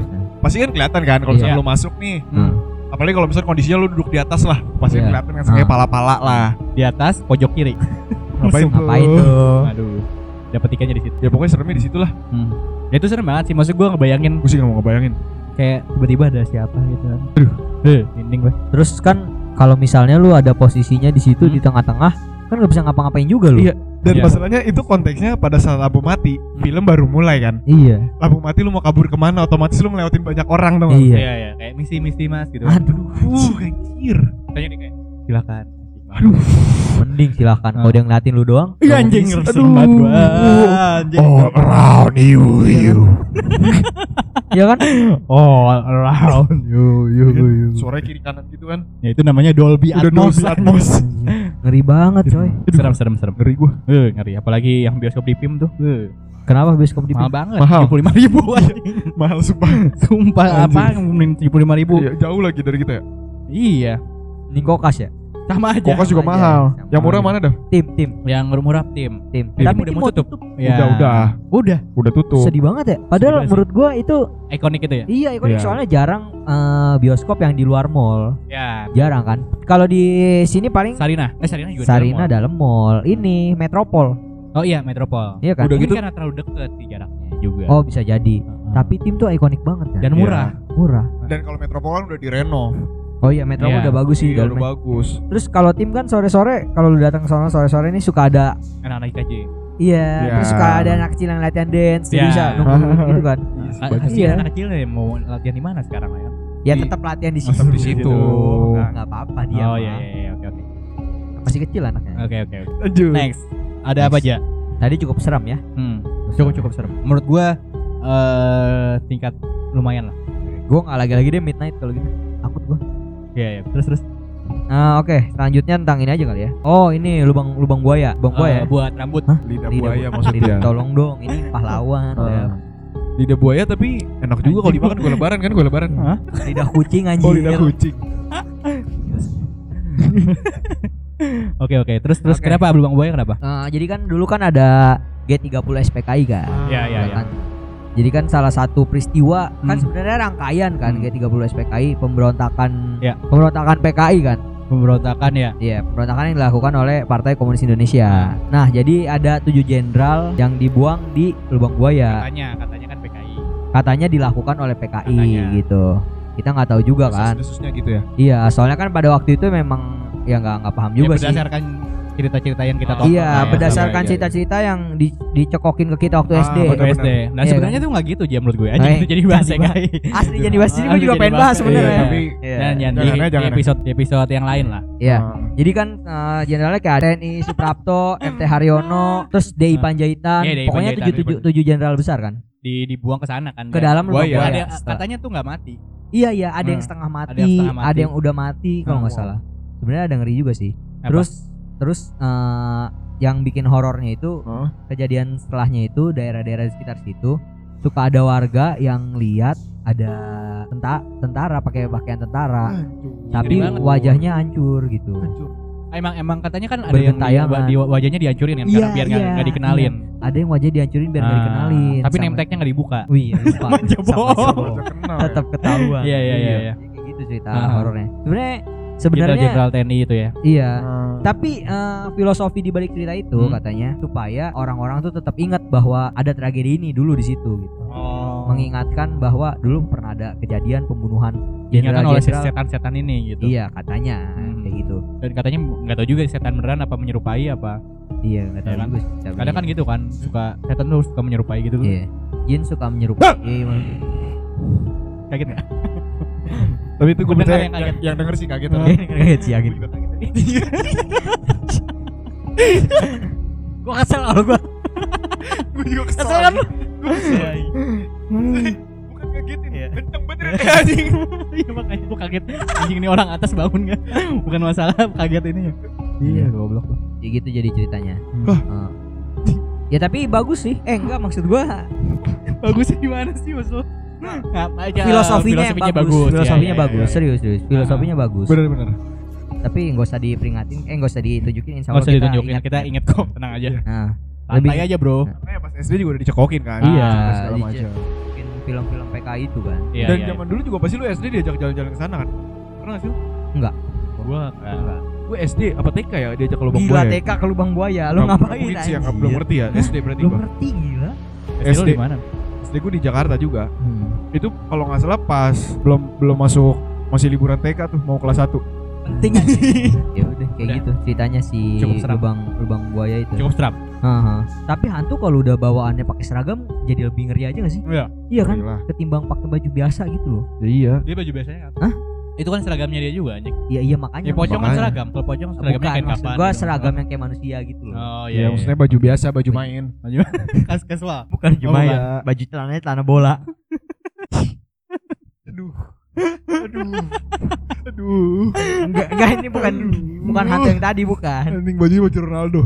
pasti kan kelihatan kan kalau misalnya Iya. lu masuk nih. Hmm. Apalagi kalau misalnya kondisinya lu duduk di atas lah, pasti Iya. kelihatan kan kayak Ah. pala-pala lah. Di atas pojok kiri. Ngapain tuh? Ngapain tuh? Aduh. Dapat ikannya di situ. Ya pokoknya seremnya di situ lah. Hmm. Ya itu serem banget sih. Maksud gua ngebayangin Gue sih nggak mau ngebayangin. kayak tiba-tiba ada siapa gitu kan. Aduh. Eh, dinding gue. Terus kan kalau misalnya lu ada posisinya di situ Hmm. di tengah-tengah, kan nggak bisa ngapa-ngapain juga lu. Iya. Dan Iya. masalahnya itu konteksnya pada saat lampu mati, film baru mulai kan. Iya. Lampu mati lu mau kabur kemana, otomatis lu ngelewatin banyak orang dong. Iya. Iya iya kayak misi-misi Mas gitu. Aduh. Uh, anjir. Tanya nih kayak silakan. Aduh. Mending silahkan kalau Ah. dia ngeliatin lu doang. Iya nggak anjing mau ngisi. resem banget gua. Anjing. All around you, you. Iya kan? All around you you you. Suara kiri kanan gitu kan. Ya itu namanya Dolby Udah Atmos. Dolby Atmos. Ngeri banget coy. Serem serem serem. Ngeri gua. Eh, ngeri apalagi yang bioskop di P I M tuh. Eh, Kenapa bioskop di mahal banget. Mahal. tujuh puluh lima ribu. Mahal sumpah. Sumpah Anjing. apa ngomongin tujuh puluh lima ribu. Iya, jauh lagi dari kita ya. Iya. Ini kokas ya? Sama aja. Kokas juga aja. mahal. Sama Yang murah aja. mana dah? Tim, tim, Yang murah tim. tim. Tim Tapi udah tim mau tutup. Ya. Udah, udah. Udah. Udah tutup. Sedih banget ya. Padahal Sedih banget menurut gua itu Ikonik itu ya. iya ikonik Iya. soalnya jarang eh, bioskop yang di luar mall. Ya. Jarang kan. Kalau di sini paling Sarina. Eh Sarina juga. Sarina dalam dalam mall. Ini Metropol. mall. Oh iya Metropol. Iya kan? Udah Mungkin gitu- karena terlalu deket sih jaraknya juga. Oh bisa jadi. Heeh. Tapi tim tuh ikonik banget kan. dan murah. Murah. Dan kalau Metropolan udah direnov. Oh iya Metropol Iya. udah bagus sih Iya, udah dalamnya. bagus. Terus kalau tim kan sore-sore kalau lu datang ke sana sore-sore ini suka ada Anak-anak I K J. iya, Iya. terus suka ada anak kecil yang latihan dance, jadi Iya. bisa nunggu gitu kan. Ah, Banyak. Kasihan Iya. anak kecil nih mau latihan di mana sekarang ya? Ya Di- tetap latihan di situ. tetap di situ. Nggak nggak apa-apa dia. Oh mah. iya iya iya oke oke. Masih kecil anaknya. Oke oke. oke. Lanjut. Next. Ada apa aja? Tadi cukup seram ya. Hmm. Cukup cukup serem. Menurut gua eh tingkat lumayan lah. Gua nggak lagi-lagi deh midnight kalau gitu. Takut gua. Iya iya. Terus terus. Nah, oke, selanjutnya tentang ini aja kali ya. Oh, ini lubang lubang buaya. Lubang Eh, buaya. buat rambut. Hah? Lidah Lidah buaya bu- maksudnya. lidah- Tolong dong, ini pahlawan. Ah. ya. Lidah buaya tapi enak juga kalau dimakan gue lebaran kan gue lebaran. Hah? Lidah kucing anjir. Oh lidah kucing. Oke oke. Terus terus Oke. kenapa lubang buaya kenapa? Eh, jadi kan dulu kan ada G tiga puluh S P K I kan. Iya iya iya. kan? Jadi kan salah satu peristiwa kan Hmm. sebenarnya rangkaian kan Hmm. G tiga puluh S P K I pemberontakan Ya. pemberontakan P K I kan. Pemberontakan ya. Iya, pemberontakan yang dilakukan oleh Partai Komunis Indonesia. Nah, jadi ada tujuh jenderal yang dibuang di lubang buaya. Katanya katanya kan P K I. Katanya dilakukan oleh P K I Katanya. gitu. Kita nggak tahu juga kan. Desusnya gitu ya. Iya, soalnya kan pada waktu itu memang ya nggak nggak paham Ya, juga sih. berdasarkan cerita-cerita yang kita Oh, tonton. Iya, lah ya. berdasarkan iya, iya. cerita-cerita yang di, dicekokin ke kita waktu Ah, S D. betul. S D. Nah Iya sebenarnya tuh nggak gitu aja menurut gue. Aja Eh, itu jadi bahas jadi P K I. Asli jadi bahas ini Ah, gue juga jadi pengen bahas bahas P K I. sebenarnya. Iya, tapi Iya. Dan yang di, Jangan ya, di jangan ya. episode di episode yang lain lah. Iya. Ah. Jadi kan eh, jenderalnya kayak T N I Suprapto, M T Haryono, terus D I Ah. Panjaitan, Iya, D I pokoknya Panjaitan, tujuh D I tujuh tujuh jenderal besar kan. Di dibuang ke sana kan. Ke dalam lubang Buaya. buaya. Ada katanya tuh nggak mati. Iya iya, ada yang Hmm. setengah mati, Ada yang setengah mati. ada yang udah mati kalau Hmm, nggak wow. salah. Sebenarnya ada ngeri juga sih. Apa? Terus terus eh, yang bikin horornya itu Hah? kejadian setelahnya itu daerah-daerah di sekitar situ suka ada warga yang lihat ada tenta tentara pakai pakaian tentara, tapi banget. wajahnya hancur gitu. Emang emang katanya kan ada yang di, Bergentayangan. di wajahnya dihancurin kan Iya, karena biar nggak iya, nggak dikenalin. Ada yang wajah dihancurin biar nggak Ah, dikenalin. Tapi sama- name tag-nya nggak dibuka. Wih, lupa. Sama aja Sama bohong. aja bohong. Kenal. Tetap ketahuan. Iya iya iya. iya. Kayak gitu cerita Ah. horornya. Sebenarnya Kita sebenarnya Jenderal T N I itu ya. iya. Ah. Tapi eh, filosofi di balik cerita itu Hmm. katanya supaya orang-orang tuh tetap ingat bahwa ada tragedi ini dulu di situ gitu. Oh. Mengingatkan bahwa dulu pernah ada kejadian pembunuhan Diingatkan oleh jenderal-jenderal. setan-setan ini gitu. Iya, katanya Hmm. kayak gitu. Dan katanya nggak tahu juga setan beneran apa menyerupai apa. Iya, enggak tahu Iya kan? juga sih. tapi Kadang kan iya. gitu kan suka setan tuh suka menyerupai gitu. Iya. Jin suka menyerupai. Iya, gimana? Kaget nggak? Tapi itu gue Bener percaya yang yang, kaget. yang denger sih kaget. Kaget sih angin. Gua juga kaget. Gua kesel kalau gua. Gue juga kesel. Kesel kan? Bukan kagetin, Iya. kenceng banget ya anjing. Iya makanya gue kaget. Anjing ini orang atas bangun nggak? Bukan masalah kaget ini. Iya goblok. Ya gitu jadi ceritanya. Hah? Heeh. Ya tapi bagus sih. Eh enggak maksud gua Bagusnya gimana sih maksud? Ngapa aja? filosofinya, yang bagus. Filosofinya Iya, iya, bagus, iya. serius serius. Filosofinya bagus. Bener-bener. Tapi enggak usah diperingatin, eh enggak usah ditunjukin insya Nggak Allah usah kita ditunjukin, ingat. kita inget kok, tenang aja. Nah, Santai lebih- aja bro. Karena ya pas S D juga udah dicekokin kan. Iya, segala dice- macam. mungkin film-film P K I itu kan. Iya, Dan iya, zaman dulu juga pasti lu S D diajak jalan-jalan ke sana kan? Pernah gak sih? lu? Enggak. Gua enggak. Gue S D apa T K ya diajak ke lubang Gila buaya. T K ke lubang buaya, lu Nggak- ngapain? Mungkin sih yang anjir? belum ngerti ya. S D berarti Belum gua. ngerti gila. S D S D. di mana? S D gue di Jakarta juga. Hmm. Itu kalau nggak salah pas belum belum masuk masih liburan T K tuh mau kelas satu. Penting aja. Ya udah kayak Udah. gitu ceritanya si Cukup seram. lubang lubang buaya itu. Cukup seram. Haha. Tapi hantu kalau udah bawaannya pakai seragam jadi lebih ngeri aja gak sih? Iya. Iya kan? Gila. Ketimbang pakai baju biasa gitu loh. Ya iya. Dia baju biasanya kan? Hah? Itu kan seragamnya dia juga anjing. Iya iya makanya. Ya pocong kan makanya. seragam. Kalau pocong seragamnya Bukan, kayak maksud kapan? gua gitu. seragam yang kayak manusia gitu loh. Oh Iya, iya. maksudnya baju biasa, baju main. baju kas casual. Bukan cuma bukan. ya baju celananya celana bola. Aduh. Aduh. Aduh. enggak enggak ini bukan bukan hantu yang tadi bukan. Ending bajunya baju Ronaldo.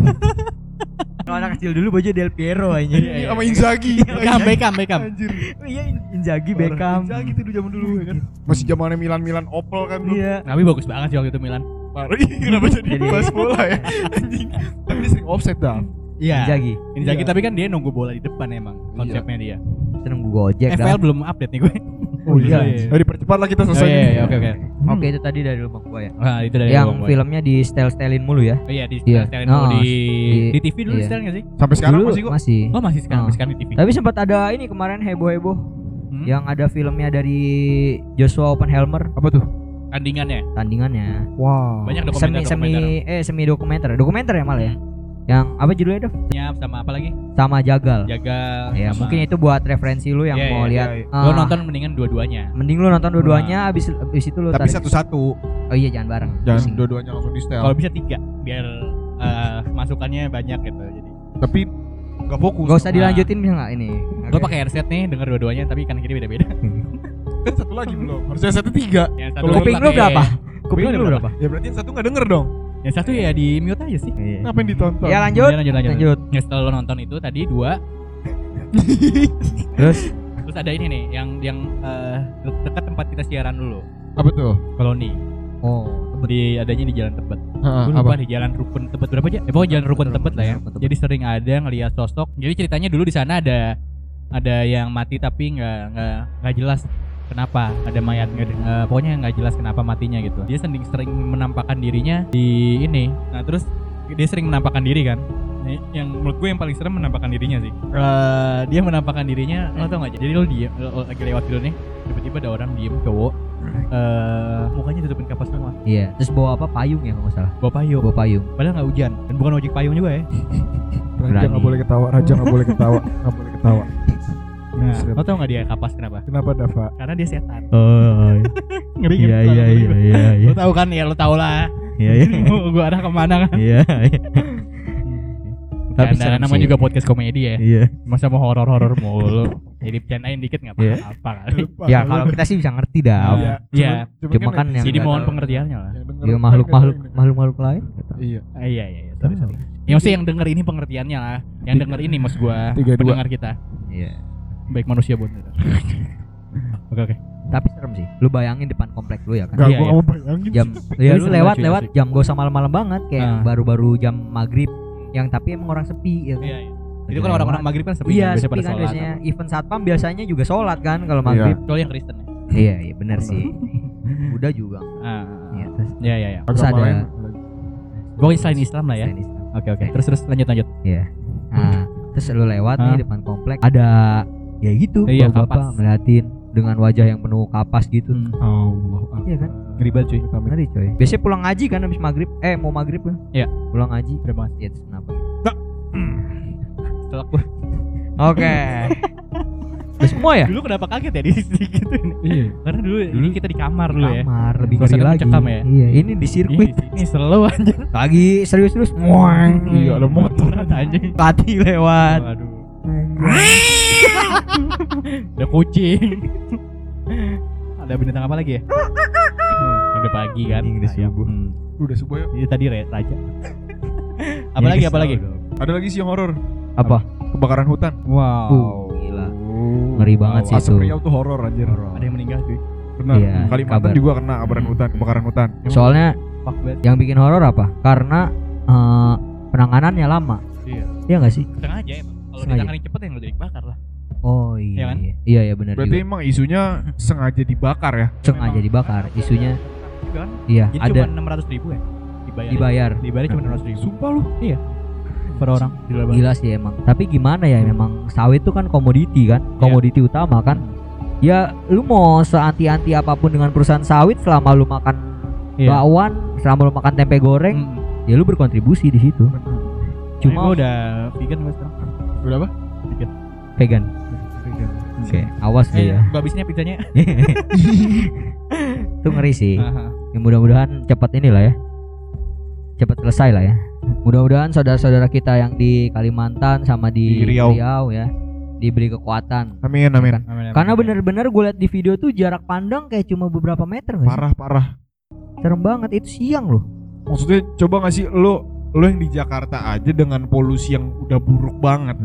Kalau anak kecil dulu baju Del Piero aja. Iya, iya. Sama Inzaghi. Beckham, Beckham, Beckham. Anjir. Iya Inzaghi Beckham. Inzaghi tuh dulu zaman dulu ya kan. Masih zamannya Milan-Milan Opel kan tuh. Iya. Tapi bagus banget sih waktu itu Milan. Parah. Ih, kenapa jadi Jadi- bahas bola ya? Anjing. Tapi dia sering offset dah. Iya. Inzaghi. Inzaghi Iya. tapi kan dia nunggu bola di depan emang konsepnya dia. Seneng Gojek F L dah. belum update nih gue. Oh iya. Iya. Nah, dipercepatlah kita Oh selesai. iya, ini. iya, oke oke. Oke itu tadi dari lubang buaya. Nah, itu dari Yang Bang Boy. filmnya di style-stylein mulu ya. Oh iya di Iya. setelin dulu Oh, di di- di T V dulu iya. setel nggak sih? Sampai sekarang Dulu masih kok. masih. Oh masih sekarang, Oh. masih sekarang di T V. Tapi sempat ada ini kemarin heboh-heboh Hmm? yang ada filmnya dari Joshua Oppenheimer Apa tuh? Tandingannya tandingannya. Wow. banyak Semi dokumenter semi dokumenter. eh semi dokumenter. Dokumenter ya malah ya. Yang apa judulnya Dov? Nyap sama apa lagi? Sama Jagal. Jagal. Ya, sama- mungkin itu buat referensi lu yang Iya, mau iya, lihat. iya, iya. Ah, Lo nonton mendingan dua-duanya. mending lu nonton dua-duanya abis abis itu lu Tapi tarik. satu-satu. Oh iya jangan bareng. Jangan Pusing. dua-duanya langsung di setel. Kalau bisa tiga biar eh, masukannya banyak gitu. Jadi Tapi enggak fokus. Gak usah Nah. dilanjutin bisa nggak ini? lo Oke. pakai headset nih denger dua-duanya tapi kanan kiri beda-beda. Kan satu lagi belum. Harusnya satu tiga. Yang Kalau Kuping lu pakai- berapa? Kuping Kuping lu lu berapa? berapa? Ya berarti yang satu enggak denger dong. Yang satu ya di mute aja sih. Ngapain ditonton? Ya lanjut. Ya, lanjut, lanjut, Lanjut. Ya setelah lo nonton itu tadi dua, Terus terus ada ini nih yang yang eh, de- dekat tempat kita siaran dulu. Apa tuh? Koloni. oh Di adanya di Jalan Tebet. Heeh, Gue lupa di Jalan Rukun Tebet berapa aja? Eh pokoknya Jalan Rukun Tebet lah ya. Rukun Tebet. Jadi sering ada ngelihat sosok. Jadi ceritanya dulu di sana ada ada yang mati tapi nggak nggak nggak jelas kenapa ada mayat nggak eh, pokoknya nggak jelas kenapa matinya gitu. Dia sering sering menampakkan dirinya di ini. Nah terus dia sering menampakkan diri kan. Nih, yang menurut gue yang paling serem menampakkan dirinya sih. Eh, dia menampakkan dirinya, lo tau gak? Jadi lo diem, lo, lo lagi lewat dulu nih, tiba-tiba ada orang diem cowok, eh mukanya tutupin kapas semua, iya. Terus bawa apa payung ya kalau nggak salah. bawa payung. Bawa payung. Padahal nggak hujan dan bukan ojek payung juga ya. Raja Berani. enggak boleh ketawa, Raja enggak boleh ketawa, enggak boleh ketawa. Nah, Serem. lo tau nggak dia kapas kenapa? Kenapa Dava? Karena dia setan. Oh. Ngeri Iya iya iya iya iya. Lo tahu kan ya, lo tau lah. Iya iya. Gue arah kemana kan? Iya. Tapi Tapi serem namanya sih. juga podcast komedi ya. Iya. Masa mau horor-horor mulu. Jadi bercandain dikit nggak Iya. apa-apa kali. Ya kalau kita sih bisa ngerti dah. Iya. Iya. Cuma kan yang Jadi nggak mohon tahu. pengertiannya lah. Ya makhluk-makhluk makhluk-makhluk lain. Iya. Ah, iya iya iya. Sorry sorry. Ya maksudnya yang denger ini pengertiannya lah. Yang denger ini maksud gua Tiga, dua. pendengar kita. Iya. Baik manusia buat Oke oke. Tapi serem sih. Lu bayangin depan komplek lu ya kan. Enggak Iya, gua iya. mau bayangin. Jam Tapi ya lu serem lewat cuy, lewat asli. jam gak usah malam-malam banget kayak Ah. baru-baru jam maghrib yang tapi emang orang sepi ya kan. Iya iya. Itu kan orang-orang maghrib kan sepi. Iya, biasa sepi pada kan sholat. biasanya. Event satpam biasanya juga sholat kan kalau Iya. maghrib. Kecuali yang Kristen ya. Iya, iya benar sih. Buddha juga. Ah. Iya, terus Iya iya iya. terus Agama ada lain. Pokoknya selain Islam lah ya. selain Islam. Oke oke. Terus terus lanjut lanjut. Iya. Nah, terus lu lewat Ah. nih depan komplek ada ya gitu Iya, bapak kapas. ngeliatin dengan wajah yang penuh kapas gitu. Hmm. Allah. Iya kan? Ngeri banget cuy. Ngeri coy. Biasanya pulang ngaji kan habis maghrib. Eh mau maghrib kan? Iya. Pulang ngaji. Udah banget. Ya terus kenapa? Setelah gua Oke. Udah semua ya? dulu kenapa kaget ya di sini gitu ini. Iya. Karena dulu, ini kita di kamar dulu ya. Kamar lebih ngeri Suasana lagi. mencekam ya? Iya, ini di sirkuit. Ini, ini selalu anjir. Lagi serius-serius. Muang. Iya, ada motor. Anjing. Pati lewat. Waduh. Ada kucing. Ada binatang apa lagi ya? Hmm, ada pagi kan. Anjing, udah Ayam. subuh. Hmm. Udah subuh ya. Ini tadi re- raja. Apalagi apalagi? Ada lagi sih yang horor. Apa? Kebakaran hutan. Wow. Uh, gila. Ngeri banget sih Asap itu. Riau tuh horor anjir. Ada yang meninggal cuy. Benar. Iya, Kalimantan kabar. juga kena kebakaran hutan, kebakaran hutan. Soalnya Fuck banget. yang bikin horor apa? Karena eh, penanganannya lama. Iya. Iya nggak sih? Sengaja emang. Kalau Sengaja. ditangani cepet yang udah dibakar lah. Oh iya. Iya kan? Iya ya benar Berarti juga. emang isunya sengaja dibakar ya? Sengaja dibakar isunya. Juga kan? Iya, Jadi ada cuma enam ratus ribu ya dibayar. dibayar. Dibayar cuma enam ratus ribu. Sumpah lu. Iya. Per orang. Gila banget. Gila sih emang. Tapi gimana ya, memang sawit tuh kan komoditi kan, komoditi utama kan. Ya lu mau seanti-anti apapun dengan perusahaan sawit, selama lu makan Iya. bakwan, selama lu makan tempe goreng, Mm. ya lu berkontribusi di situ. Cuma Cuma udah vegan gue sekarang. Udah apa? Vegan. vegan. Oke, awas lu Eh, ya. gua habisinnya pizzanya. Itu ngeri sih. Aha. Ya, mudah-mudahan cepat inilah ya. Cepat selesai lah ya. Mudah-mudahan saudara-saudara kita yang di Kalimantan sama di, Di Riau. ya diberi kekuatan. Amin amin. Amin, amin, Karena amin. bener-bener gue liat di video tuh jarak pandang kayak cuma beberapa meter nggak sih? Parah parah. Serem banget, itu siang loh. Maksudnya coba gak sih lo lo yang di Jakarta aja dengan polusi yang udah buruk banget.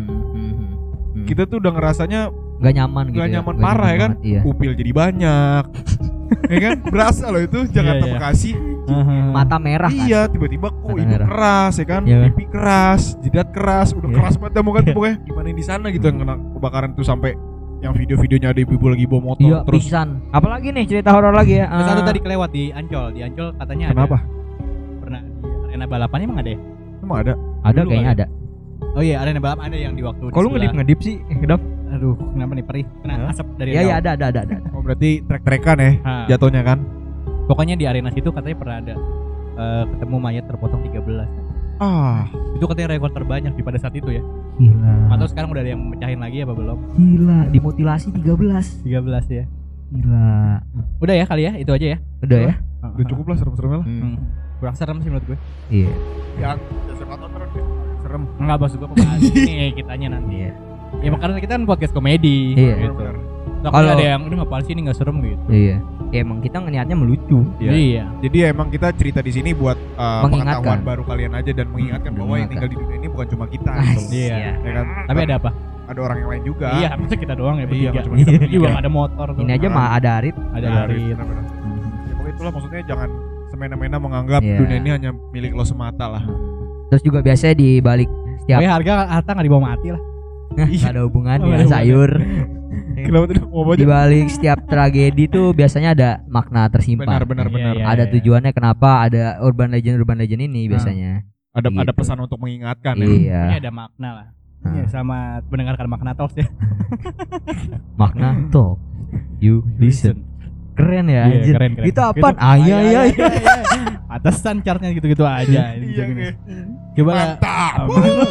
Kita tuh udah ngerasanya Gak nyaman gitu. gak ya, nyaman nggak parah ya kan? banget, iya. Upil jadi banyak. Ya kan? Berasa loh itu Jakarta Iya, iya. Bekasi. Aha. Mata merah kan. Iya, tiba-tiba kok Mata hidung merah. keras ya kan? Iya kan? Pipi keras, jidat keras, udah Iya. keras banget dah kan pokoknya. Gimana yang di sana gitu yang kena kebakaran tuh sampai yang video-videonya ada ibu-ibu lagi bawa motor Iya, terus. pingsan. Apalagi nih cerita horor lagi ya. Terus Eh, satu tadi kelewat di Ancol, di Ancol katanya Kenapa? ada. Pernah di arena balapannya emang ada ya? Emang ada? ada dulu kayaknya kali ada. Oh iya, arena balap ada yang di waktu di Kalau sebelah. ngedip-ngedip sih, ngedap. Aduh, kenapa nih perih? Kena Hah? asap dari Iya, Riau. iya ada ada ada ada. Oh berarti trek-trekan ya Ah. jatuhnya kan? Pokoknya di arena situ katanya pernah ada eh, ketemu mayat terpotong tiga belas. Ah, Itu katanya rekor terbanyak di pada saat itu ya. Gila. Atau sekarang udah ada yang mecahin lagi apa belum? Gila, dimutilasi tiga belas. tiga belas ya. Gila. Udah ya kali ya, itu aja ya. Udah ya? udah cukup lah serem-seremnya lah. Hmm. Kurang serem sih menurut gue. Iya. Yang serem serem. Enggak, maksud gue pembahas ini kitanya nanti. Iya. Ya makanya kita kan podcast komedi Iya. gitu. Nah, Kalau- ada yang ini ngapain sih ini enggak serem gitu. Iya. Ya emang kita niatnya melucu. Iya. Iya. Jadi ya emang kita cerita di sini buat uh, Mengingatkan. pengetahuan baru kalian aja dan mengingatkan bahwa yang Mengingatkan. tinggal di dunia ini bukan cuma kita. Ah, gitu. Iya. Ya kan? Tapi ada apa? Ada orang yang lain juga. Iya, masa kita doang ya Iya, bertiga. nggak cuma kita Juga bertiga. nggak ada motor tuh. Ini aja mah ada Arit. ada Iya, Arit. benar-benar. Ya pokoknya itulah maksudnya jangan semena-mena menganggap Iya. dunia ini hanya milik lo semata lah. Terus juga biasanya di balik setiap Pokoknya harga harta nggak dibawa mati lah. nggak ada Oh, hubungannya nggak ada sayur. Kenapa tidak mau Di aja? balik setiap tragedi tuh biasanya ada makna tersimpan. Benar benar Iya, benar. iya. Ada tujuannya kenapa ada urban legend urban legend ini biasanya. Ada ada Gitu. pesan untuk mengingatkan ya. Iya. Ini ada makna lah. Nah. Ya, sama mendengarkan makna talks ya. Makna talk. You listen. Keren ya Iya, anjir. keren, keren. Itu apaan? Gitu. Ah iya iya. iya. Atasan chartnya gitu-gitu aja. Iya. iya. Coba Mantap.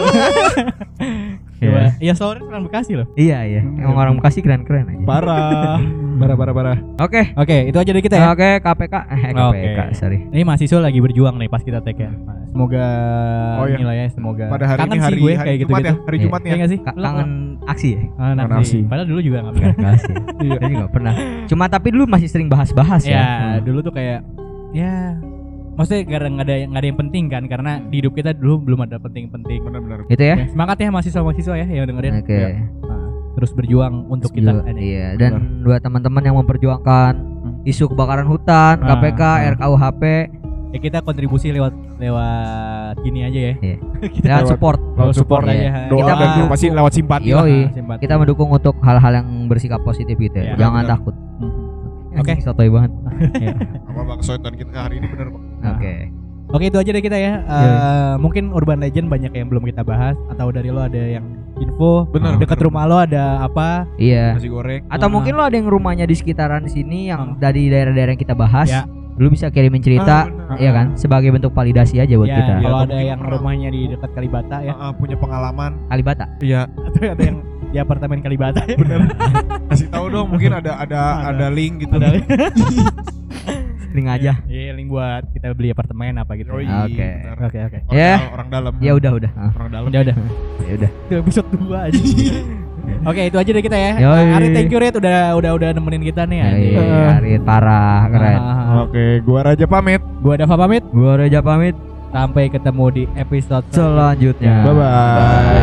Coba. Ya sore orang Bekasi loh. Iya iya. Emang orang Bekasi keren-keren aja. Parah. Parah parah parah. Oke. Oke, itu aja dari kita ya. Oke, K P K. Eh, K P K, Oke. sorry. Ini mahasiswa lagi berjuang nih pas kita tag ya. Semoga Oh, iya. inilah ya, semoga Pada hari kangen ini sih hari, gue hari kayak Jumat gitu-gitu. ya, hari Iya. Jumat Iya ya. nggak sih? Ka- Lu kangen aksi ya? Ah, Kangen nafsi. aksi. Padahal dulu juga nggak Enggak pernah. aksi. Saya juga pernah. Cuma tapi dulu masih sering bahas-bahas ya. Ya, dulu tuh kayak ya maksudnya gak ada, nggak ada nggak ada yang penting kan karena di hidup kita dulu belum ada penting-penting. Benar-benar. Gitu ya. Ya, semangat ya mahasiswa-mahasiswa ya yang dengerin. Oke. Ya. Nah, terus berjuang untuk Juga, kita aja. iya. Dan buat teman-teman yang memperjuangkan isu kebakaran hutan, K P K, Ah, ah. R K U H P, Ya kita kontribusi lewat lewat gini aja ya. Iya. kita lewat lewat- support. lewat support Iya. aja. Doa Kita dan mendukung- pasti lewat simpati. Yoi. lah. Ah, simpati. Kita mendukung untuk hal-hal yang bersikap positif gitu ya. Iya. Jangan Benar-benar. takut. Mhm. Oke. Anjing, sotoy banget. Ya. Apa bang Soetan kita hari ini benar kok. Oke. Oke itu aja dari kita ya. Eh, Iya. Mungkin urban legend banyak yang belum kita bahas atau dari lo ada yang info Bener, dekat bener. rumah lo ada apa? Iya. Nasi goreng. Atau Ah. mungkin lo ada yang rumahnya di sekitaran sini yang Ah. dari daerah-daerah yang kita bahas. Ya. Lu bisa kirimin cerita, Ah, benar. ya kan? Sebagai bentuk validasi aja buat Ya, kita. kalau Iya, ada mungkin yang pernah. rumahnya di dekat Kalibata ya, Ah, ah, punya pengalaman. Kalibata. Iya. atau ada yang di apartemen Kalibata ya. Bener. Kasih tahu dong mungkin ada ada Ada. ada link gitu. Ada Link aja. Iya, link buat kita beli apartemen apa gitu. Yoi, Oke. bener. Oke, oke. Orang, Ya. dal- orang dalam. Ya udah udah. Ah, Orang dalam. Udah udah. ya udah. Itu episode dua aja. Oke, itu aja dari kita ya. Yoi. Uh, Ari, thank you Rit udah udah udah nemenin kita nih. anjing. Iya, Arit parah, keren. Ah, Oke, gua Raja pamit. Gua Dava pamit. Gua Reja pamit. Sampai ketemu di episode Selanjutnya. Bye bye.